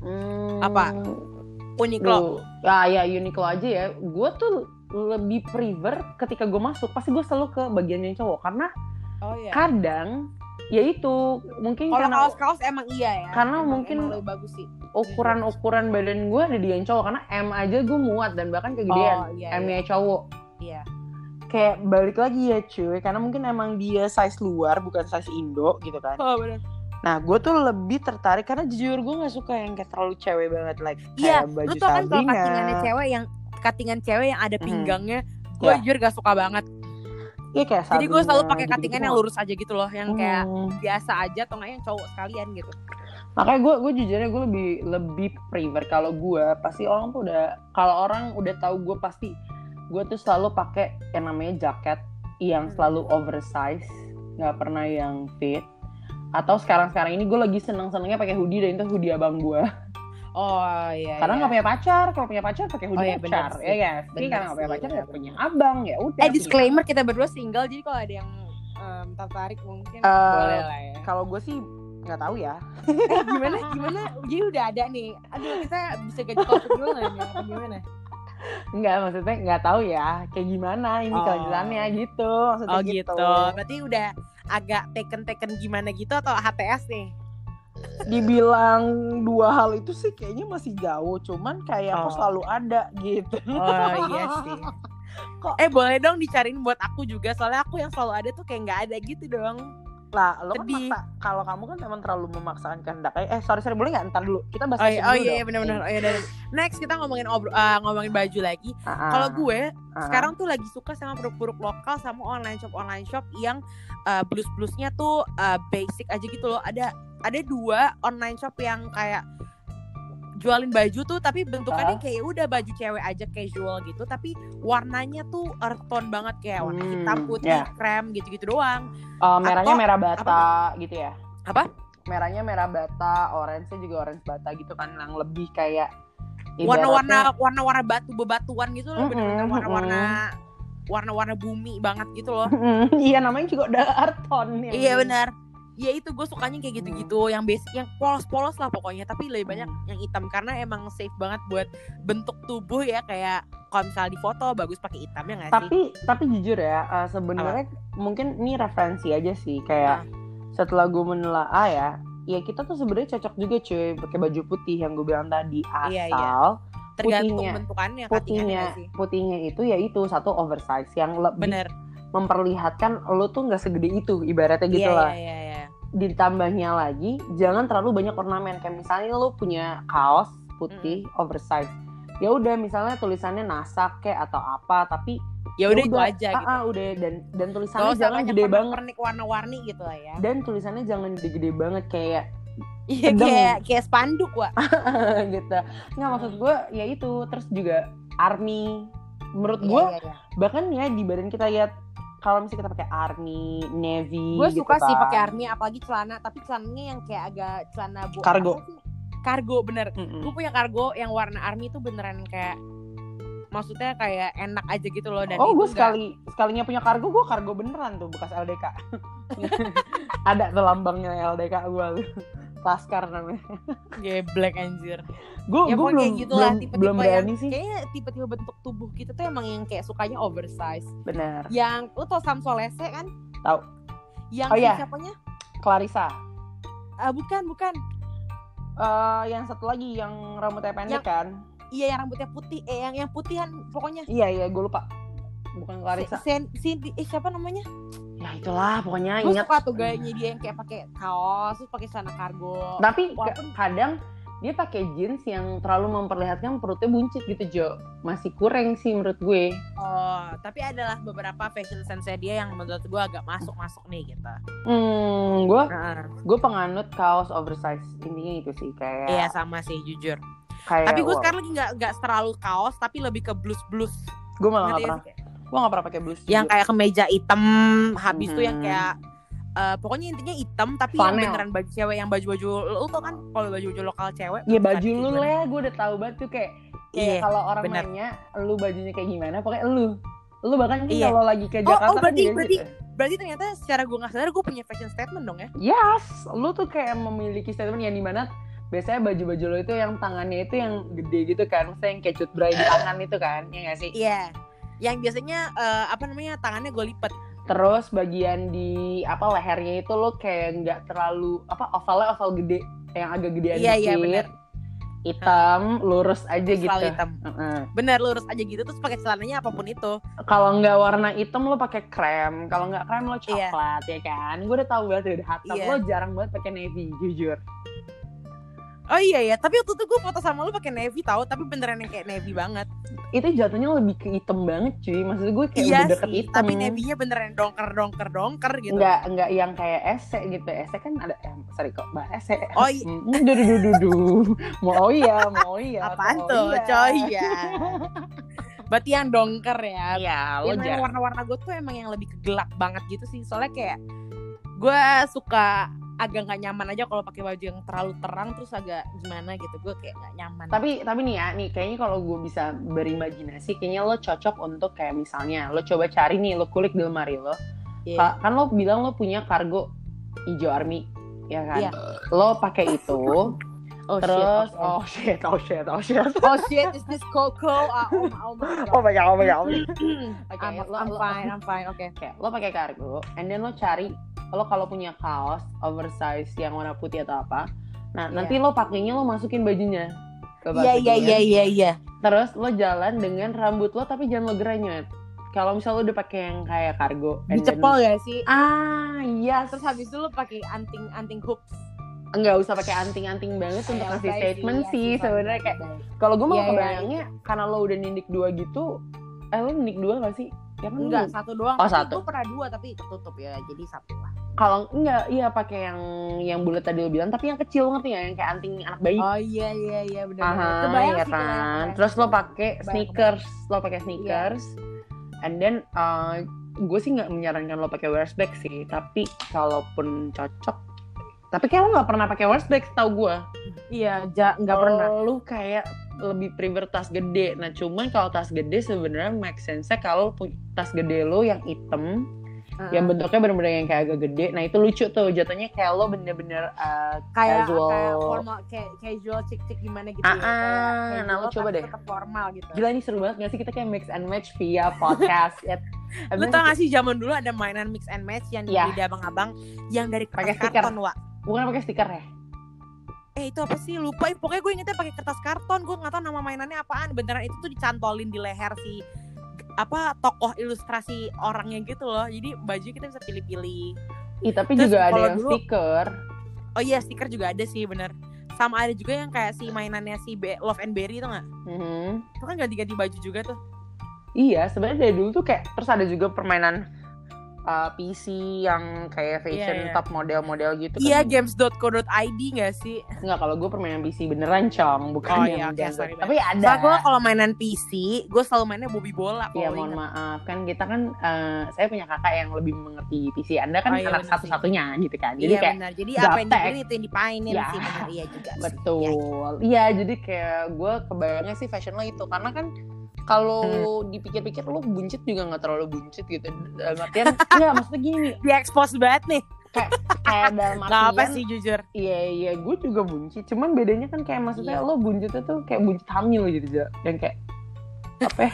Hmm, Apa? Uniqlo. Ya ya Uniqlo aja ya. Gue tuh lebih prefer ketika gue masuk pasti gue selalu ke bagian yang cowok karena Oh iya. kadang ya itu mungkin Kalau karena kaos-kaos emang iya ya. karena emang, mungkin emang lebih bagus sih. ukuran-ukuran badan gue ada di yang cowok karena M aja gue muat dan bahkan kegedean. Oh, iya, M-nya iya. cowok. Iya. Kayak balik lagi ya cuy karena mungkin emang dia size luar bukan size Indo gitu kan. Oh benar. Nah gue tuh lebih tertarik karena jujur gue nggak suka yang kayak terlalu cewek banget like Iya, kayak baju lu tau kan kalau Sabrina. cuttingannya cewek yang cuttingan cewek yang ada Mhm. pinggangnya, gue Ya. jujur gak suka banget. Iya kayak Jadi gue Sabrina, selalu pakai gitu-gitu cuttingan tuh yang lurus aja gitu loh, yang kayak Hmm. biasa aja atau nggak yang cowok sekalian gitu. Makanya gue gue jujurnya gue lebih lebih prefer kalau gue pasti orang tuh udah kalau orang udah tahu gue pasti gue tuh selalu pakai yang namanya jaket yang Hmm. selalu oversize, nggak pernah yang fit. Atau sekarang-sekarang ini gue lagi seneng-senengnya pakai hoodie dan itu hoodie abang gue. Oh iya. Karena nggak iya. punya pacar, kalau punya pacar pakai hoodie Oh, iya, pacar, bener ya sih. guys. Tapi Bener karena nggak punya sih, pacar bener, ya punya abang ya udah. Eh disclaimer kita berdua single, jadi kalau ada yang um, tertarik mungkin Eh, boleh lah ya. Kalau gue sih nggak tahu ya. Eh gimana gimana? Jadi udah ada nih. Aduh kita bisa ganti topik dulu nggak nih? Apa gimana? Enggak, maksudnya nggak tahu ya kayak gimana ini Oh. kelanjutannya gitu. Maksudnya Oh gitu. Berarti udah agak teken-teken gimana gitu atau H T S nih? Dibilang dua hal itu sih kayaknya masih jauh, cuman kayak aku Oh. selalu ada gitu. Oh iya sih. Kok- Eh boleh dong dicariin buat aku juga, soalnya aku yang selalu ada tuh kayak nggak ada gitu dong. Lah, lo kan Sedih. maksa, kalau kamu kan memang terlalu memaksakan kehendak. Eh, eh sorry sorry boleh nggak ntar dulu kita bahas Oh fashion iya, oh dulu iya, iya dong. benar-benar. Oh iya, dan next kita ngomongin obro, uh, ngomongin baju lagi. Ah, ah, Kalau gue ah. sekarang tuh lagi suka sama produk-produk lokal sama online shop online shop yang uh, blus-blusnya tuh uh, basic aja gitu loh. Ada ada dua online shop yang kayak jualin baju tuh tapi bentukannya Ah. kayak udah baju cewek aja casual gitu, tapi warnanya tuh earth tone banget kayak warna Hmm, hitam, putih, ya. krem gitu-gitu doang. Eh, merahnya Atau- merah bata gitu ya. Apa? Merahnya merah bata, orange-nya juga orange bata gitu kan yang lebih kayak Warna-warna warna-warna batu bebatuan gitu loh, Mm-mm, bener-bener mm-mm. warna-warna warna-warna bumi banget gitu loh. Iya namanya juga udah art tone ya. Iya benar. Ya itu gue sukanya kayak gitu-gitu, yang basic, yang polos-polos lah pokoknya. Tapi lebih banyak Hmm. yang hitam karena emang safe banget buat bentuk tubuh ya, kayak kalau misalnya di foto bagus pakai hitam ya nggak sih? Tapi tapi jujur ya, uh, sebenarnya mungkin ini referensi aja sih kayak setelah gue menelaah ya, ya kita tuh sebenarnya cocok juga cuy pakai baju putih yang gue bilang tadi asal Iya, iya. Tergantung putihnya- bentukannya, putihnya cuttingannya nggak sih? putihnya itu ya itu satu oversize yang lebih Bener. memperlihatkan lo tuh nggak segede itu ibaratnya gitu Iya, lah. iya, iya, iya. Ditambahnya lagi jangan terlalu banyak ornamen kayak misalnya lo punya kaos putih oversize ya udah misalnya tulisannya NASA kayak atau apa tapi Ya udah itu aja ah, gitu. ah, udah dan dan Gak tulisannya usah jangan banyak gede banget pernik warna-warni gitu lah ya. dan tulisannya jangan gede-gede banget kayak Iya sedang. kayak kayak spanduk wah. gitu nggak maksud gue ya itu terus juga army menurut Iya, gue iya, iya. bahkan ya di badan kita lihat kalau misalnya kita pakai army navy Gue gitu suka sih kan. pakai army, apalagi celana, tapi celananya yang kayak agak celana bo- Kargo. apa sih? Kargo bener. Mm-mm. Gue punya kargo yang warna army tuh beneran kayak, maksudnya kayak enak aja gitu loh. Dan oh itu gue nggak- sekali sekalinya punya kargo gue kargo beneran tuh bekas L D K ada tuh lambangnya L D K gue tuh Laskar namanya Geblek anjir. gue Ya gue pokoknya belum gitu lah, belum, tipe-tipe belum yang berani sih kayaknya tipe-tipe bentuk tubuh kita tuh emang yang kayak sukanya oversize. benar Yang lu tau Sam Solese kan? Tahu. Yang Oh, si iya. siapanya? Clarissa Ah, bukan, bukan. Eh, yang satu lagi yang rambutnya pendek Yang- kan Iya yang rambutnya putih, eh yang yang putihan pokoknya. iya iya gue lupa bukan Clarissa Sen, si, eh siapa namanya? ya itulah pokoknya Gue ingat suka tuh gayanya dia yang kayak pakai kaos terus pakai celana kargo. tapi ke- Walaupun- kadang dia pakai jeans yang terlalu memperlihatkan perutnya buncit gitu Jo masih kurang sih menurut gue Oh, tapi adalah beberapa fashion sense dia yang menurut gue agak masuk-masuk nih gitu. hmm gue Nah, gue penganut kaos oversize intinya itu sih kayak iya sama sih jujur. kayak Tapi gue wow. sekarang lagi nggak nggak terlalu kaos, tapi lebih ke blus blus. gue malah nggak pernah gue nggak pernah pakai blus Yang jujur. kayak kemeja hitam, habis tuh yang Mhm. kayak eh, pokoknya intinya hitam, tapi Flanel. yang beneran baju cewek, yang baju-baju lu tau kan kalau baju-baju lokal cewek. ya bukan baju kayak lu gimana. lah gue udah tahu banget tuh kayak kayak Iya, kalau orang bener. nanya lu bajunya kayak gimana pokoknya lu lu bahkan mungkin Iya. kalau lagi ke Oh, Jakarta oh, berarti- kan juga berarti- gitu. Berarti ternyata secara gue nggak sadar gue punya fashion statement dong ya? Yes, lu tuh kayak memiliki statement yang dimana biasanya baju-baju lo itu yang tangannya itu yang gede gitu kan, maksudnya yang kayak cut bray di tangan itu kan, ya nggak sih? Iya, yang biasanya uh, apa namanya tangannya gue lipet. Terus bagian di apa lehernya itu lo kayak nggak terlalu apa ovalnya oval gede, yang agak gedean iya, dikit. Iya benar. Hitam, lurus aja terus gitu. Hitam. Uh-uh. Bener lurus aja gitu, terus pakai celananya apapun itu. Kalau nggak warna hitam lo pakai krem, kalau nggak krem lo coklat, iya. Ya kan? Gue udah tahu banget udah hatam. Iya. Lo jarang banget pakai navy, jujur. Oh iya ya, tapi waktu itu gue foto sama lu pakai navy tahu, tapi beneran yang kayak navy banget. Itu jatuhnya lebih ke hitam banget cuy, maksud gue kayak iya udah deket sih, hitam. Tapi navynya beneran dongker dongker dongker gitu. Enggak enggak yang kayak ese gitu, ese kan ada, eh, sorry kok mbak ese. Oh iya, duh duh duh duh duh, mau iya mau iya. Apaan tuh, iya. Coy ya. Berarti yang dongker ya. Iya, lo yang warna-warna gue tuh emang yang lebih kegelap banget gitu sih, soalnya kayak gue suka agak nggak nyaman aja kalau pakai baju yang terlalu terang terus agak gimana gitu, gue kayak nggak nyaman. Tapi tapi nih ya nih kayaknya kalau gue bisa berimajinasi kayaknya lo cocok untuk kayak misalnya lo coba cari nih, lo kulik di lemari lo, yeah. kan lo bilang lo punya kargo hijau army ya kan, yeah. Lo pakai itu. Oh, terus shit, okay. oh shit oh shit oh shit oh shit is this Coco? Uh, oh, oh my god oh my god oh my god okay, I'm, lo, I'm lo, fine I'm fine oke okay. okay, lo pakai kargo and then lo cari lo kalau punya kaos oversize yang warna putih atau apa, nah yeah. nanti lo pakainya lo masukin bajunya ke iya iya iya iya iya terus lo jalan dengan rambut lo tapi jangan lo geranyet. Kalau misalnya lo udah pakai yang kayak kargo dicepol ya sih, ah iya yes. Terus habis itu lo pakai anting anting hoops. Enggak usah pakai anting-anting banget untuk ngasih statement sih, sih sebenarnya kayak kalau gue mau yeah, kebayangnya yeah. karena lo udah nindik dua gitu, eh lo nindik dua gak sih? Ya kan enggak, satu doang. Oh, satu. Itu pernah dua tapi ketutup ya, jadi satu lah. Kalau enggak, iya pakai yang yang bulat tadi lo bilang, tapi yang kecil ngerti ya, yang kayak anting anak bayi. Oh iya iya iya benar. Aha, kebayang ya sih, kan. Kebayang. Terus lo pakai sneakers, lo pakai sneakers, yeah. and then uh, gue sih nggak menyarankan lo pakai wear bag sih, tapi kalaupun cocok. Tapi kayak lo nggak pernah pakai waist bag, tau gue. Iya, ja, nggak pernah. Lo kayak lebih prefer tas gede. Nah, cuman kalau tas gede sebenarnya make sense-nya kalau tas gede lo yang hitam, uh-huh. yang bentuknya bener-bener yang kayak agak gede. Nah, itu lucu tuh. Jatuhnya kayak lo bener-bener uh, kayak, casual. Kayak formal, kayak casual, cik-cik gimana gitu. Ah, ya. Kayak nah lo coba deh. Tetap formal gitu. Gila ini seru banget nggak sih kita kayak mix and match via podcast. Lu tau gak sih zaman dulu ada mainan mix and match yang dibeli di abang-abang yang dari kertas karton, Wak. Bukan pakai stiker ya? Eh itu apa sih? Lupa. Pokoknya gue ingetnya pakai kertas karton. Gue nggak tahu nama mainannya apaan. Beneran itu tuh dicantolin di leher si apa tokoh ilustrasi orangnya gitu loh. Jadi baju kita bisa pilih-pilih. Ih tapi terus juga ada yang dulu, stiker. Oh iya stiker juga ada sih bener. Sama ada juga yang kayak si mainannya si Be- Love and Berry tuh nggak? Mm-hmm. Itu kan ganti-ganti baju juga tuh. Iya sebenarnya dari dulu tuh kayak terus ada juga permainan Uh, P C yang kayak fashion yeah, yeah. top model-model gitu iya, kan. Iya games dot co dot i d gak sih? Enggak, kalau gue permainan P C beneran Cong, bukan oh, yang iya, okay, tapi ada. Nah, gue kalau mainan P C, gue selalu mainnya Bobby Bola. Iya mohon ingat. Maaf, kan kita kan uh, saya punya kakak yang lebih mengerti P C. Anda kan oh, iya, anak satu-satunya gitu kan. Jadi iya, kayak benar. Jadi apa yang dibeli itu yang dipainin ya, sih benar iya juga. Betul. Iya, ya, jadi kayak gue kebayangnya sih fashion lo itu karena kan kalau hmm. dipikir-pikir lo buncit juga nggak terlalu buncit gitu. Dalam artian nggak maksudnya gini. Di-expose banget nih. Kayak kayak dalam artian. Nggak apa sih jujur. Iya iya gue juga buncit. Cuman bedanya kan kayak maksudnya iya. Lo buncitnya tuh kayak buncit hamil gitu, yang kayak apa?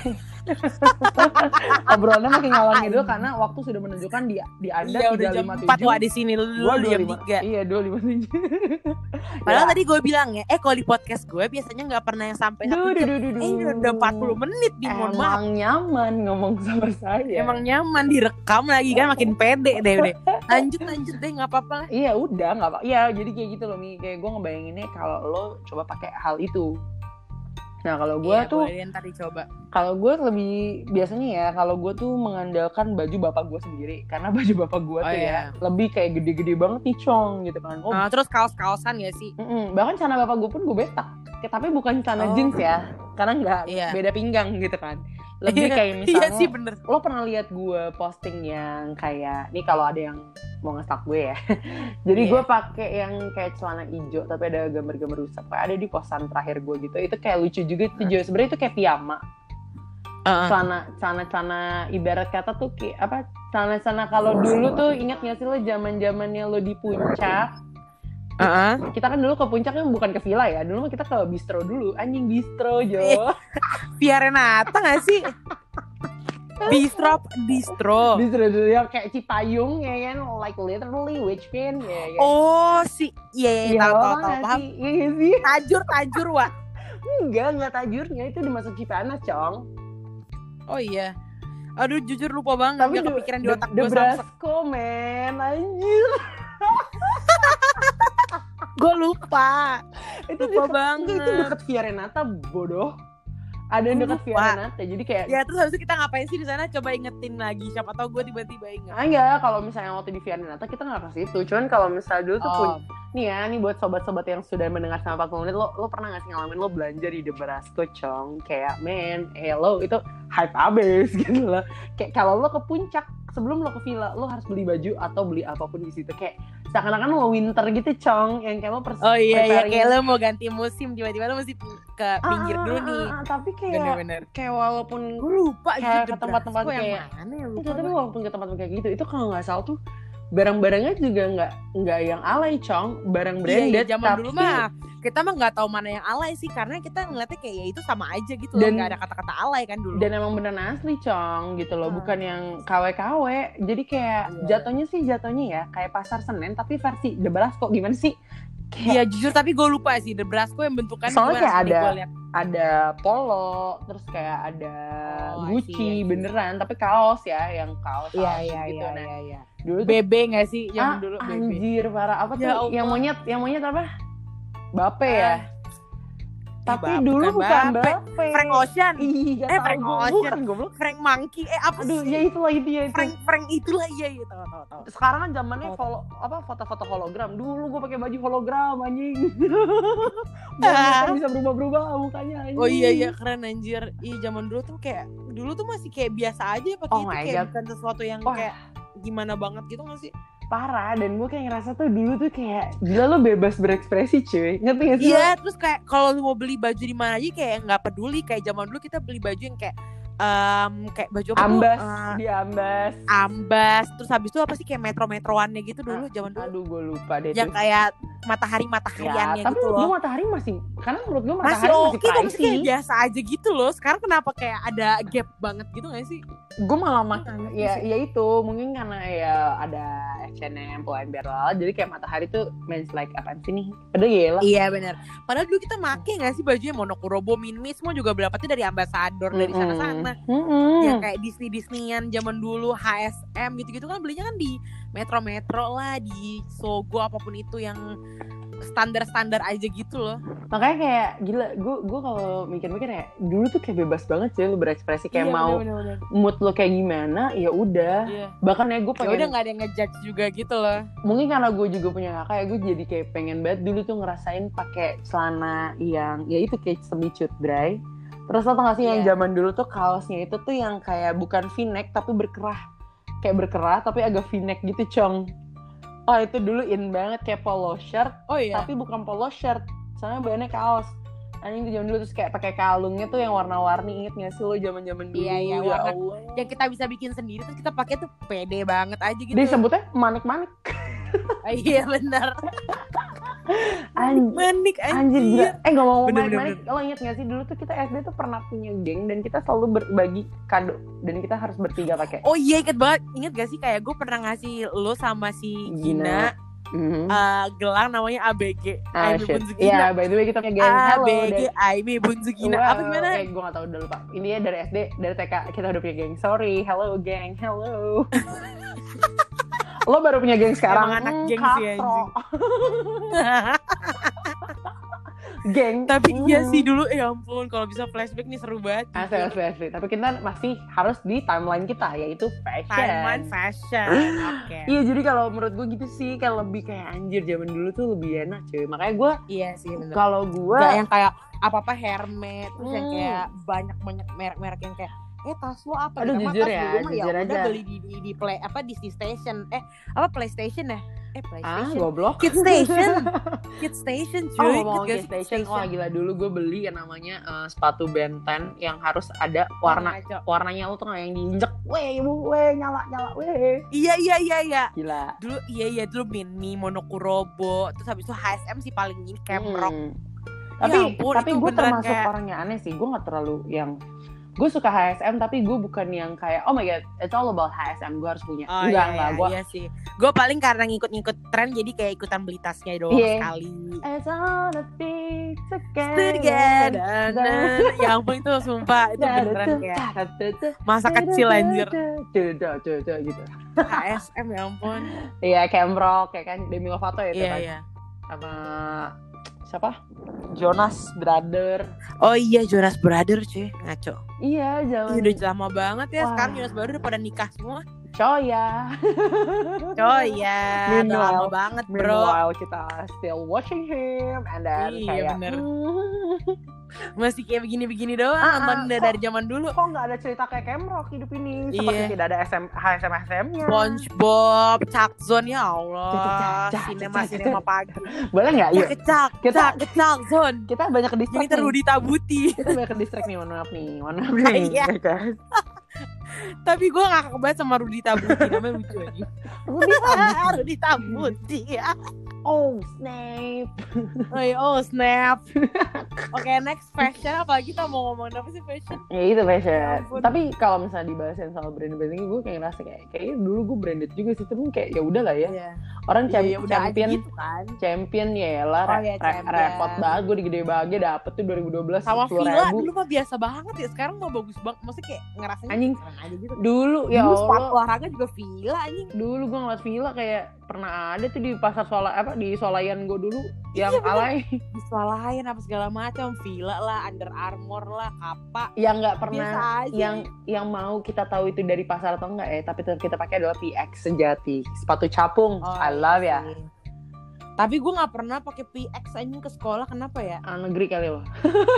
Obrolannya makin ngalangin dulu karena waktu sudah menunjukkan di di Anda iya, tiga lima tujuh. empat Wak di sini lu dulu jam tiga. Iya dua lima tujuh. Padahal ya. Tadi gue bilang ya, eh kalau di podcast gue biasanya nggak pernah yang sampai satu jam. Eh ini udah empat puluh menit di mohon maaf. Emang nyaman ngomong sama saya. Emang nyaman direkam lagi kan makin pede deh udah. Lanjut lanjut deh nggak apa-apa lah. Iya udah nggak apa. Iya jadi kayak gitu loh Mi. Kayak gue ngebayanginnya kalau lo coba pakai hal itu. Nah kalau gue iya, tuh kalau gue lebih biasanya ya kalau gue tuh mengandalkan baju bapak gue sendiri karena baju bapak gue oh, tuh iya. ya lebih kayak gede-gede banget nih Cong gitu kan. Oh, nah, terus kaos-kaosan gak sih? Mm-mm. Bahkan celana bapak gue pun gue betak, tapi bukan celana oh. jeans ya karena nggak iya. beda pinggang gitu kan. Lebih kayak misalnya iya sih, bener. Lo pernah lihat gue posting yang kayak nih kalau ada yang mau nge-stalk gue ya. Jadi yeah. gue pakai yang kayak celana hijau tapi ada gambar-gambar rusak. Kayak ada di posan terakhir gue gitu. Itu kayak lucu juga itu uh. sebenarnya itu kayak piyama. Uh. Celana celana-celana ibarat kata tuh kayak apa? Celana-celana kalau dulu tuh ingat nggak sih lo zaman-zamannya lo di puncak Uh-uh. Kita kan dulu ke puncaknya bukan ke villa ya. Dulu mah kita ke bistro dulu. Anjing bistro, Jo. Via Renata gak sih? Bistro, distro. Bistro dulu yang kayak Cipayung ya kan, like literally which pin ya. Ya. Oh, si iya, iya, tahu tahu tahu paham. Iya sih. Tajur, tajur, Wak. Enggak, enggak tajurnya itu dimasuk Cipanas, Cong. Oh iya. Aduh, jujur lupa banget. Tapi Gak kepikiran di otak The gue sama. Brasco, men. Anjir. Gue lupa. Itu Lupa deket, banget. Itu deket Via Renata, bodoh. Ada yang dekat Via Renata, jadi kayak ya terus habis itu kita ngapain sih di sana? Coba ingetin lagi, siapa tahu gue tiba-tiba inget. ah enggak, kalau misalnya waktu di Via Renata kita nggak ke situ. Cuman kalau misalnya dulu tuh Oh. pun, nih ya, nih buat sobat-sobat yang sudah mendengar sama empat puluh menit, lo lo pernah nggak sih ngalamin lo belanja di The Brasco, Cong? Kayak men, eh lo itu hype abis gitu loh. Kayak kalau lo ke puncak sebelum lo ke villa, lo harus beli baju atau beli apapun di situ. Kayak seakan-akan lo winter gitu, Cong, yang kayak lo pers- Oh iya iya, preparing- kayak lo mau ganti musim, tiba-tiba lo mesti ke pinggir Ah, dulu ah, nih. ah, ah, tapi kayak Bener-bener. kayak walaupun Gue lupa Kayak gitu ke tempat-tempat yang kayak- mana ya, lupa. Enggak, tapi walaupun ke tempat kayak gitu, itu kalau nggak salah tuh barang-barangnya juga nggak nggak yang alay, Cong, barang branded. Iya, iya, zaman tapi, dulu mah kita mah nggak tahu mana yang alay sih, karena kita ngeliatnya kayak ya itu sama aja gitu loh, Dan- nggak ada kata-kata alay kan dulu. dan emang beneran asli, Cong, gitu loh, Hmm. bukan yang K W K W. Jadi kayak Iya. jatuhnya sih jatuhnya ya kayak pasar Senen tapi versi The Brasco. Gimana sih? Iya Kayak jujur, tapi gue lupa sih The Brasco yang bentukannya Soalnya gimana kayak sih, nih ada- gua liat. ada polo, terus kayak ada Oh, I see, Gucci I see. beneran, tapi kaos ya, yang kaos Iya kaos iya gitu. iya Nah, iya iya. dulu tuh B B nggak sih yang ah, dulu B B? anjir parah apa tuh Ya Allah. yang monyet yang monyet apa? Bape Ah, ya. Ih, Tapi Bape, dulu bukan Bape. Bape. Frank Ocean, Iya, Eh, tahu Frank gua. Ocean. Bukan goblok. Frank Monkey, eh apa Aduh, sih? ya itulah itu ya itu. Frank Frank itulah iya iya tahu tahu tahu. Sekarang kan zamannya Tahu, follow apa foto-foto hologram. Dulu gue pakai baju hologram anjing. Monyetnya bisa berubah-berubah mukanya anjing. Oh iya iya keren anjir. Ih zaman dulu tuh kayak dulu tuh masih kayak biasa aja pakai Oh itu, my kayak God. bukan sesuatu yang Wah. kayak gimana banget gitu nggak sih? Parah, dan gue kayak ngerasa tuh dulu tuh kayak gila lo bebas berekspresi cuy. Ngerti gak sih? lo? Iya, terus kayak kalau lu mau beli baju di mana aja kayak nggak peduli. Kayak zaman dulu kita beli baju yang kayak em, kayak baju apa Ambas, tuh? Eh, di ambas. ambas. Terus habis itu apa sih kayak metro-metroannya gitu dulu zaman dulu. Aduh, gue lupa deh. Yang tuh. kayak Ya, matahari-matahariannya tapi gitu menurut loh. gue matahari masih, karena menurut gue Masih matahari oke masih kok, masih pricey. kayak biasa aja gitu loh. Sekarang kenapa kayak ada gap banget gitu gak sih? Gue malah mak Nggak ngerti ya sih. ya itu mungkin karena ya ada H and M, Pull&Bear lala, jadi kayak matahari tuh means like apaan sih nih? Padahal ya lah. Iya benar. Padahal dulu kita make gak sih bajunya Monokurobo, Minmi semua juga berapatnya dari ambasador dari sana-sana. Yang kayak Disney-Disneyan zaman dulu, H S M gitu-gitu kan belinya kan di metro-metro lah, di Sogo apapun itu yang standar-standar aja gitu loh. Makanya kayak gila, gue gue kalau mikir-mikir ya dulu tuh kayak bebas banget sih lu berekspresi kayak Iya, mau bener-bener. mood lo kayak gimana ya udah. Iya. Bahkan ya gue Ya pengen udah nggak ada yang ngejudge juga gitu loh. mungkin karena gue juga punya kakak ya, gue jadi kayak pengen banget dulu tuh ngerasain pakai celana yang ya itu kayak semi cutbray. Terus lo tau gak sih yang Iya. zaman dulu tuh kaosnya itu tuh yang kayak bukan v-neck tapi berkerah, kayak berkerah tapi agak v-neck gitu, Cong. Oh itu dulu in banget, kayak polo shirt Oh iya. tapi bukan polo shirt, soalnya bahannya kaos. Anjing tuh zaman dulu terus kayak pakai kalungnya tuh yang warna-warni, inget gak sih lo zaman-zaman dulu? Iya, iya, ya warna- Allah. Yang kita bisa bikin sendiri terus kita pakai tuh pede banget aja gitu. Dia sebutnya manik-manik. Ah, iya benar. Anjir. Manik Anjir anjir. gila. Eh ngomong Bener, manik-manik, lo inget gak sih dulu tuh kita S D tuh pernah punya geng dan kita selalu berbagi kado dan kita harus bertiga pakai. Oh iya inget banget. Inget gak sih kayak gue pernah ngasih lo sama si Gina, Mhm. eh, gelang namanya A B G. Ah Aimi shit. Bunzu Iya, Gina. by the way kita punya geng. A Halo. B G dari- Aimi Bunzu Gina. Wow, Apa gimana? Eh, gue gak tau udah lupa. Ini ya dari S D, dari T K kita udah punya geng. Sorry, hello geng, hello. Lo baru punya geng sekarang. Emang anak Hmm, geng sih, katro. anjing. Geng. Tapi Hmm. iya sih dulu, ya ampun kalau bisa flashback nih seru banget. Asli, asli, asli. Tapi kita masih harus di timeline kita, yaitu fashion. Timeline fashion. Oke. Iya, jadi kalau menurut gue gitu sih, kayak lebih kayak anjir zaman dulu tuh lebih enak cuy. Makanya gue, Iya sih bener. kalau gue, Gak yang kayak apa-apa Hermes, terus yang Hmm. kayak banyak-banyak merek-merek yang kayak eh tas lo apa? Aduh, Sama jujur tas ya, dulu mah jujur udah aja. beli di, di, di play apa Disney Station, eh apa PlayStation ya? Eh Ah, PlayStation. goblok. Kid Station. Kid Station Oh, cuy. ngomong Ingat Kid gak sih Station. Wah, gila dulu gue beli yang namanya eh, sepatu Ben ten yang harus ada warna ngaco. warnanya lu tuh nggak yang diinjek. Weh, bu, weh, nyala, nyala, weh. Iya iya iya iya. Gila. Dulu iya iya dulu Mini, Monokurobo, terus habis itu H S M sih paling ini Camrock. Hmm. Ya Tapi ampun, tapi itu gue beneran termasuk kayak- orang yang aneh sih. Gue nggak terlalu yang gue suka H S M tapi gue bukan yang kayak oh my god it's all about H S M gue harus punya. Oh, enggak iya, enggak iya, gue. iya sih. Gue paling karena ngikut-ngikut tren jadi kayak ikutan beli tasnya doang Iya. sekali. It's all the things Together. together. Dan, ya ampun itu sumpah itu beneran kayak masa kecil anjir. gitu. H S M ya ampun. Iya, Camrock kayak kan Demi Lovato ya itu Iya kan. iya. Sama siapa? Jonas Brother. Oh iya Jonas Brother cuy, ngaco. Iya, jangan. Ih, udah lama banget ya. Wah. Sekarang Jonas Brother udah pada nikah semua. Coy ya. Oh iya, udah Meanwhile- lama banget bro. Meanwhile kita still watching him and then Iya, kayak bener. "Hmm, Masih kayak begini-begini doang, Ah, nonton ah, udah kok- dari zaman dulu. kok nggak ada cerita kayak Camrock hidup ini seperti Iya. tidak ada S M H S M S M-nya. SpongeBob, Chuck Zone ya Cak, Allah. cak, Sinema cak, sinema cak. pagi. Boleh nggak? Yuk. Kecak, Kita- kecak, Chuck Zone. Kita banyak ke Jadi distract nih. terus ditabuti. Kita banyak ke distract nih, mohon maaf nih. Mohon maaf nih. Iya. ya kan? Tapi gue ngakak banget sama Rudy Tabuti, namanya lucu aja. Rudy Tabuti. Rudy Tabuti ya. Oh, Snape. Oh, iya, oh snap. Oke, next fashion. Apalagi kita mau ngomongin apa sih fashion? Ya itu Ya fashion. ampun. Tapi kalau misalnya dibahasin soal brand-brand ini, gue kayak ngerasa kayak kayaknya dulu gue branded juga sih, tapi kayak ya udah lah ya. Iya. Orang Iya, champ- ya udah aja champion, gitu kan. champion ya lah, Oh, re- iya, re- champion. repot banget. Gue di gede bahagia dapet tuh dua ribu dua belas Sama sepuluh Villa ribu. dulu mah biasa banget ya. Sekarang mah bagus banget. Maksudnya kayak ngerasanya Anjing. keren aja gitu. Dulu ya Dulu sepatu Allah. olahraga juga Villa anjing. Dulu gue ngeliat Villa kayak pernah ada tuh di pasar Sola apa di Solayan gue dulu yang Iya, bener. alay Di swalayan apa segala macam, Villa lah, Under Armour lah, Kappa. yang nggak Biasa pernah aja. yang yang mau kita tahu itu dari pasar atau enggak ya, tapi tetap kita pakai adalah P X sejati, sepatu capung. Oh, I iya love ya. sih. Tapi gue nggak pernah pakai P X anjing ke sekolah, kenapa ya? Anak negeri kali loh.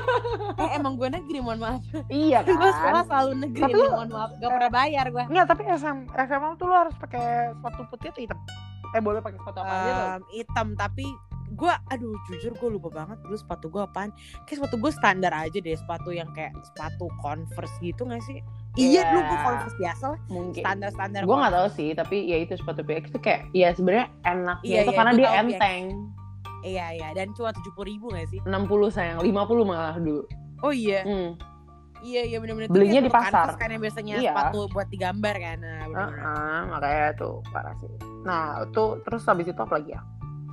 Eh emang gue negeri, mohon maaf. Iya Gue sekolah kan. selalu negeri, Tapi nih, lu- mohon maaf. Gak pernah bayar gue. Enggak, tapi S M S M A tuh lo harus pakai sepatu putih atau hitam? Eh boleh pakai sepatu apa aja tuh? Um, hitam, tapi gue, aduh jujur gue lupa banget dulu sepatu gue apaan. Kayak sepatu gue standar aja deh, sepatu yang kayak sepatu Converse gitu gak sih? Iya Iya. dulu gue Converse biasa lah, Mungkin. standar-standar. Gue nggak tahu sih, tapi ya itu sepatu P X tuh kayak ya sebenarnya enaknya Iya, itu iya, karena gua dia tahu P X. enteng. Iya iya, dan cuma tujuh puluh ribu gak sih? enam puluh sayang, lima puluh malah dulu. Oh iya, Hmm. iya iya benar-benar. Belinya Itu di kayak pasar. Converse kan yang biasanya Iya. sepatu buat digambar kan. Nah, bener-bener. Uh-uh, makanya tuh parah sih. Nah itu terus habis itu apa lagi ya?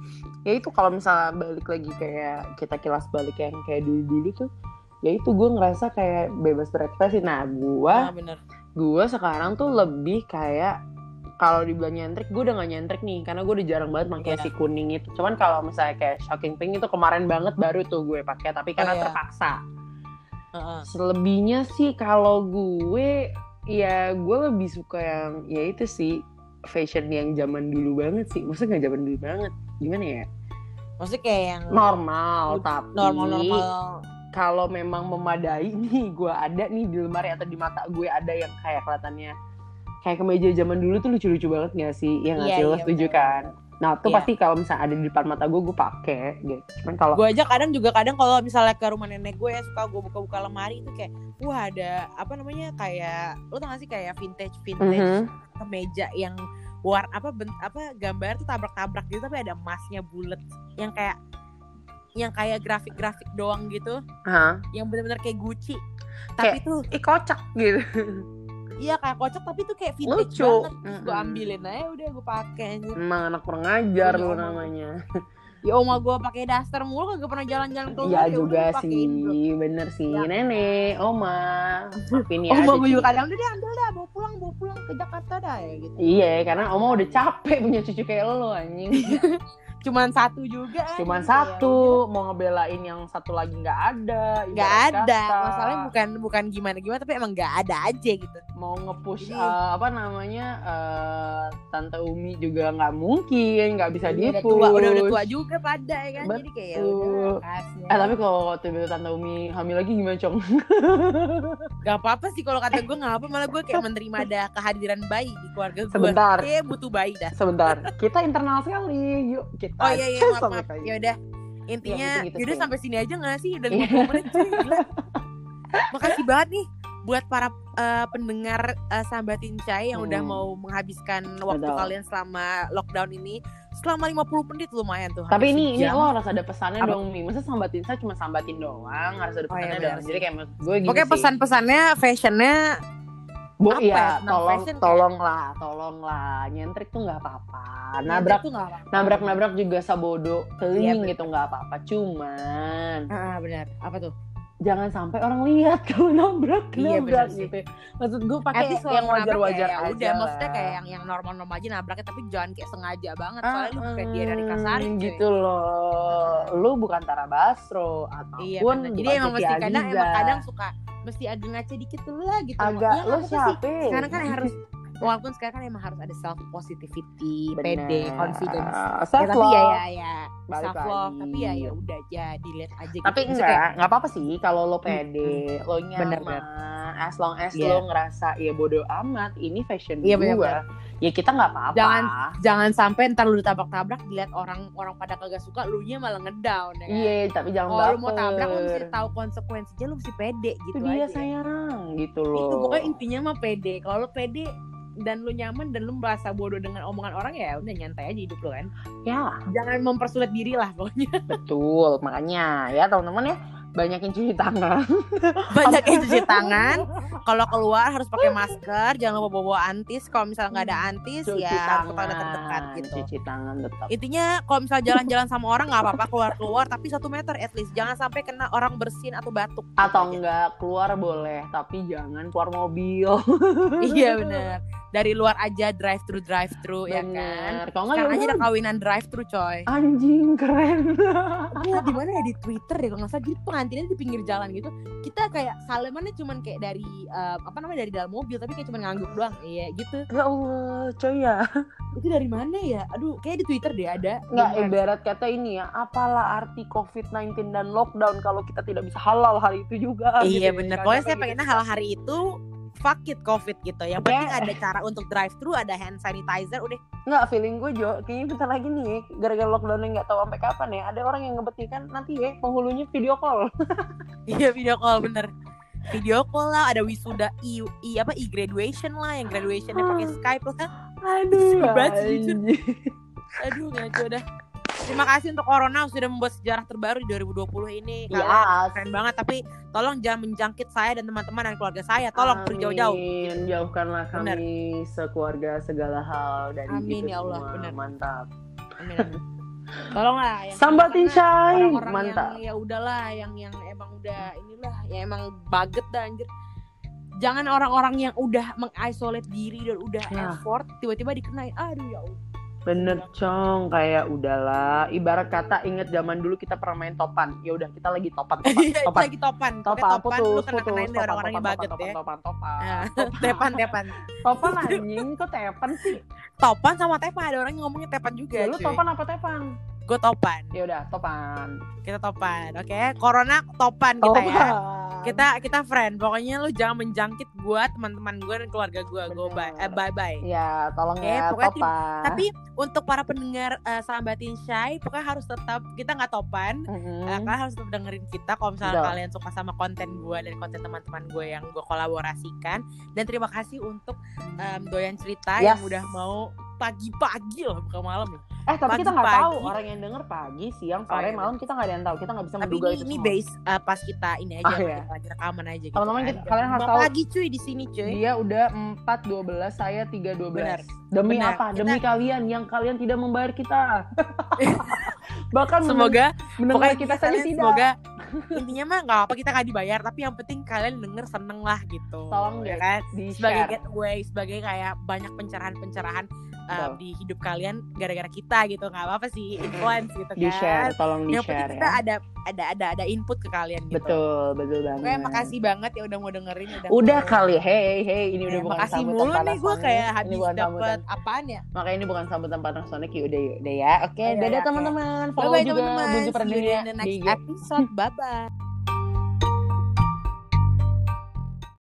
Ya itu kalau misalnya balik lagi kayak kita kilas balik yang kayak dulu-dulu tuh, ya itu gue ngerasa kayak bebas berekspresi. Nah gue Nah, bener. gue sekarang tuh lebih kayak kalau dibilang nyentrik, gue udah gak nyentrik nih karena gue udah jarang banget pakai Iya. si kuning itu. Cuman kalau misalnya kayak shocking pink itu kemarin banget baru tuh gue pakai, tapi karena Oh, iya. terpaksa. Heeh. Selebihnya sih kalau gue ya gue lebih suka yang ya itu sih fashion yang zaman dulu banget sih. Maksudnya nggak zaman dulu banget, gimana ya? Maksudnya kayak yang Normal, tapi normal-normal. kalau memang memadai nih, gue ada nih di lemari atau di mata gue ada yang kayak kelihatannya kayak kemeja zaman dulu tuh lucu-lucu banget gak sih? Ya nggak Iya, sih, lo iya, setuju bener. kan? Nah tuh Iya. pasti kalau misalnya ada di depan mata gue, gue pakai gitu. Cuman kalau Gue aja kadang juga kadang kalau misalnya ke rumah nenek gue ya suka gue buka-buka lemari itu kayak wah ada apa namanya kayak lo tau gak sih kayak vintage vintage Mhm. kemeja yang war apa bent, apa gambar tuh tabrak-tabrak gitu tapi ada emasnya bulat yang kayak yang kayak grafik-grafik doang gitu Hah? yang benar-benar kayak Gucci tapi Kayak- tuh Ih kocak gitu. iya kayak kocak tapi tuh kayak vintage Lucu. banget terus gue Mm-mm. ambilin aja udah gue pakai anjir. Emang anak kurang ajar Iya, lu Om. namanya. Ya oma gue pakai daster mulu kagak pernah jalan-jalan keluar Iya ya juga udah gue pakein bro. sih, bener sih. Ya. Nenek, oma, maafin ya. Oma ada gue juga Ci. kadang udah deh ambil dah bawa pulang bawa pulang ke Jakarta dah ya gitu. Iya, karena oma udah capek punya cucu kayak lo anjing. Cuman satu juga. Cuman anjing. satu, mau ngebelain yang satu lagi nggak ada. Gak ibarat ada. kata. Masalahnya bukan bukan gimana gimana tapi emang gak ada aja gitu. Mau nge-push Jadi- eh, apa namanya eh, Tante Umi juga nggak mungkin, nggak bisa Udah di-push. tua, udah udah tua juga pada ya kan. Jadi kayak ya Betul. udah kasnya. Eh tapi kalau tiba-tiba Tante Umi hamil lagi gimana, Cong? Gak apa-apa sih kalau kata gue gak apa malah gue kayak menerima ada kehadiran bayi di keluarga gue. Sebentar. Kayak butuh bayi dah. Sebentar, kita internal sekali. Yuk kita. Oh iya iya maaf maaf. Ya udah. Intinya Ya, gitu-gitu yaudah sih. sampai sini aja nggak sih? Udah lima puluh menit cuy, gila. Makasih banget nih buat para uh, pendengar uh, Sambatin Cai yang Hmm. udah mau menghabiskan waktu Betul. kalian selama lockdown ini. Selama lima puluh menit lumayan tuh. Tapi hampir ini ini sejam. lo harus ada pesannya Apa? dong, Mi. Masa sambatin saya cuma sambatin doang, harus ada Oh, iya, pesannya benar dong. sih. Jadi kayak maksud gue gini Oke sih. pesan-pesannya fashionnya Bu, apa ya, iya, tentang tolong, fashion kayak- tolonglah, tolonglah, nyentrik tuh nggak apa-apa, nabrak nabrak, tuh nggak apa-apa. nabrak, nabrak juga sabodo, Iya, teling bener. gitu nggak apa-apa, cuman Ah, benar. Apa tuh? jangan sampai orang lihat kalau nabrak, Iya, nabrak bener sih. gitu. Maksud gue At pakai least kalau yang nabrak wajar-wajar ya, aja udah maksudnya lah. kayak yang yang normal-normal aja nabraknya tapi jangan kayak sengaja banget Ah, soalnya lu bukan dia dari Kasari hmm, cuy. gitu loh, lu bukan Tara Basro Iya ataupun bener. bukan Jadi emang Siti mesti kadang Aziza. emang kadang suka mesti agak ngaca dikit dulu lah gitu. Agak, Ya, lu apa sih? siapa? Sekarang kan harus walaupun sekarang kan emang harus ada self positivity, pede, confidence. Self Ya, tapi ya love. ya ya Balik self love lagi. tapi ya ya udah aja dilihat aja gitu. Tapi Maksudnya enggak, enggak apa-apa sih kalau lo pede, lo Bener, nyaman, as long as Iya. lo ngerasa ya bodo amat, ini fashion Iya, gue, bener-bener. ya kita nggak apa-apa. Jangan jangan sampai ntar lu ditabrak-tabrak dilihat orang orang pada kagak suka, lu nya malah ngedown ya kan. Iya, tapi jangan Kalau lu mau baper. tabrak lu mesti tahu konsekuensinya, lu mesti pede gitu Itu dia aja. sayang, gitu loh. Itu pokoknya intinya mah pede. Kalau lu pede dan lu nyaman dan lu merasa bodoh dengan omongan orang ya udah nyantai aja hidup lu kan. Ya, Jangan mempersulit diri lah pokoknya. betul. Makanya ya teman-teman ya, banyakin cuci tangan. Banyakin cuci tangan. Kalau keluar harus pakai masker, jangan lupa bawa antis. Kalau misalnya nggak ada antis Cuci ya harus ke tangan, toilet terdekat gitu. cuci tangan tetap. Intinya kalau misalnya jalan-jalan sama orang nggak apa-apa keluar-keluar tapi satu meter at least, jangan sampai kena orang bersin atau batuk. Gitu Atau aja. enggak keluar boleh, tapi jangan keluar mobil. Iya bener. Dari luar aja drive thru drive thru ya kan. Bener. Kalau enggak Sekarang aja ya ada kawinan drive thru coy. anjing keren. Aku lihat di mana ya di Twitter ya kalau nggak salah, jadi pengantinnya di pinggir jalan gitu. Kita kayak salamannya cuman kayak dari uh, apa namanya dari dalam mobil tapi kayak cuman ngangguk doang. Iya gitu. Ya Allah, coy ya. Itu dari mana ya? Aduh, kayak di Twitter deh ada. Nggak, Beneran. ibarat kata ini ya, apalah arti covid sembilan belas dan lockdown kalau kita tidak bisa halal hari itu juga. Iya gitu ya. bener. Kadang Pokoknya saya gitu. pengennya hal hari itu fuck it covid gitu. Yang penting ada cara untuk drive thru, ada hand sanitizer, udah. Nggak, feeling gue Jo, kayaknya bentar lagi nih, gara-gara lockdownnya nggak tahu sampai kapan ya, ada orang yang ngebetikan nanti ya penghulunya video call. Iya video call bener. Video call lah, ada wisuda i, i apa i graduation lah, yang graduationnya pakai Skype lah. Aduh, Sedih banget sih, jujur. anjing. Aduh ngaco dah. Terima kasih untuk Corona sudah membuat sejarah terbaru di dua ribu dua puluh ini. Kalian Yes. keren banget, tapi tolong jangan menjangkit saya dan teman-teman dan keluarga saya. Tolong pergi jauh-jauh. Amin, jauhkanlah Bener. kami sekeluarga segala hal dari Amin, itu ya Allah, semua. bener. Mantap. Amin, amin. Tolonglah yang Sambatin karena Syai, orang-orang mantap. yang ya udahlah yang yang emang udah inilah yang emang baget dah anjir. Jangan orang-orang yang udah mengisolate diri dan udah Ya. effort tiba-tiba dikenain. Aduh ya Allah. Bener Cong, kayak udahlah. Ibarat kata inget zaman dulu kita pernah main topan. Ya udah kita lagi topan, topan, Itu topan. lagi topan. Topan, Pakai topan lu putus, kena kenain putus, dari orang-orang yang topan, baget topan, ya. topan, topan, Nah, topan. tepan tepan. Topan anjing, kok tepan sih? Topan sama tepan, ada orang yang ngomongnya tepan juga. Ya, lu cuy. topan apa tepan? Gue topan. Ya udah, topan. Kita topan. Oke, Corona topan kita ya. Topan. Kita kita friend. Pokoknya lu jangan menjangkit gue, teman-teman gue dan keluarga gue. Go bye. Eh, bye bye. Ya, tolong Oke, ya, pokoknya tim- topan. Tapi untuk para pendengar uh, Sambatin Syai, pokoknya harus tetap kita nggak topan. Mhm. Uh, kalian harus tetap dengerin kita kalau misalnya Betul. kalian suka sama konten gue dan konten teman-teman gue yang gue kolaborasikan. Dan terima kasih untuk um, Doyan Cerita Yes. yang udah mau pagi-pagi loh, bukan malam nih. Eh tapi kita nggak pagi-pagi. tahu orang yang denger pagi, siang, Oh, sore, iya. malam kita nggak ada yang tahu. Kita nggak bisa Tapi menduga ini itu ini semua. base uh, pas kita ini aja, Ah, pas iya. kita lagi rekaman aja gitu. Teman-teman, kan. kita- kalian harus Jam tahu. pagi cuy di sini cuy. Dia udah empat dua belas, saya tiga dua belas. Demi Benar. apa? Kita- Demi kalian yang kalian tidak membayar kita. Bahkan Semoga mendengar pokoknya kita saja kalian tidak. semoga intinya mah nggak apa kita nggak dibayar, tapi yang penting kalian denger seneng lah gitu. Tolong ya deh, kan? di Sebagai share. getaway, sebagai kayak banyak pencerahan-pencerahan uh, Betul. di hidup kalian gara-gara kita gitu. Nggak apa-apa sih, influence gitu kan. Di share, tolong di Yang penting share kita ya. ada ada ada ada input ke kalian gitu. Betul, betul banget. Oke, makasih banget ya udah mau dengerin. Udah, Udah mau- kali, hey, hey, ini Eh, udah bukan makasih sambutan mulu nih gue Panasonic. kayak Ini habis bukan dapet sambutan. apaan ya. Makanya ini bukan sambutan Panasonic, yuk udah, yuk udah ya. Oke, Iya, dadah iya, oke. teman-teman. Follow Bye bye juga teman-teman. Bunju See you Pradenia in the di next I G. episode. Bye bye.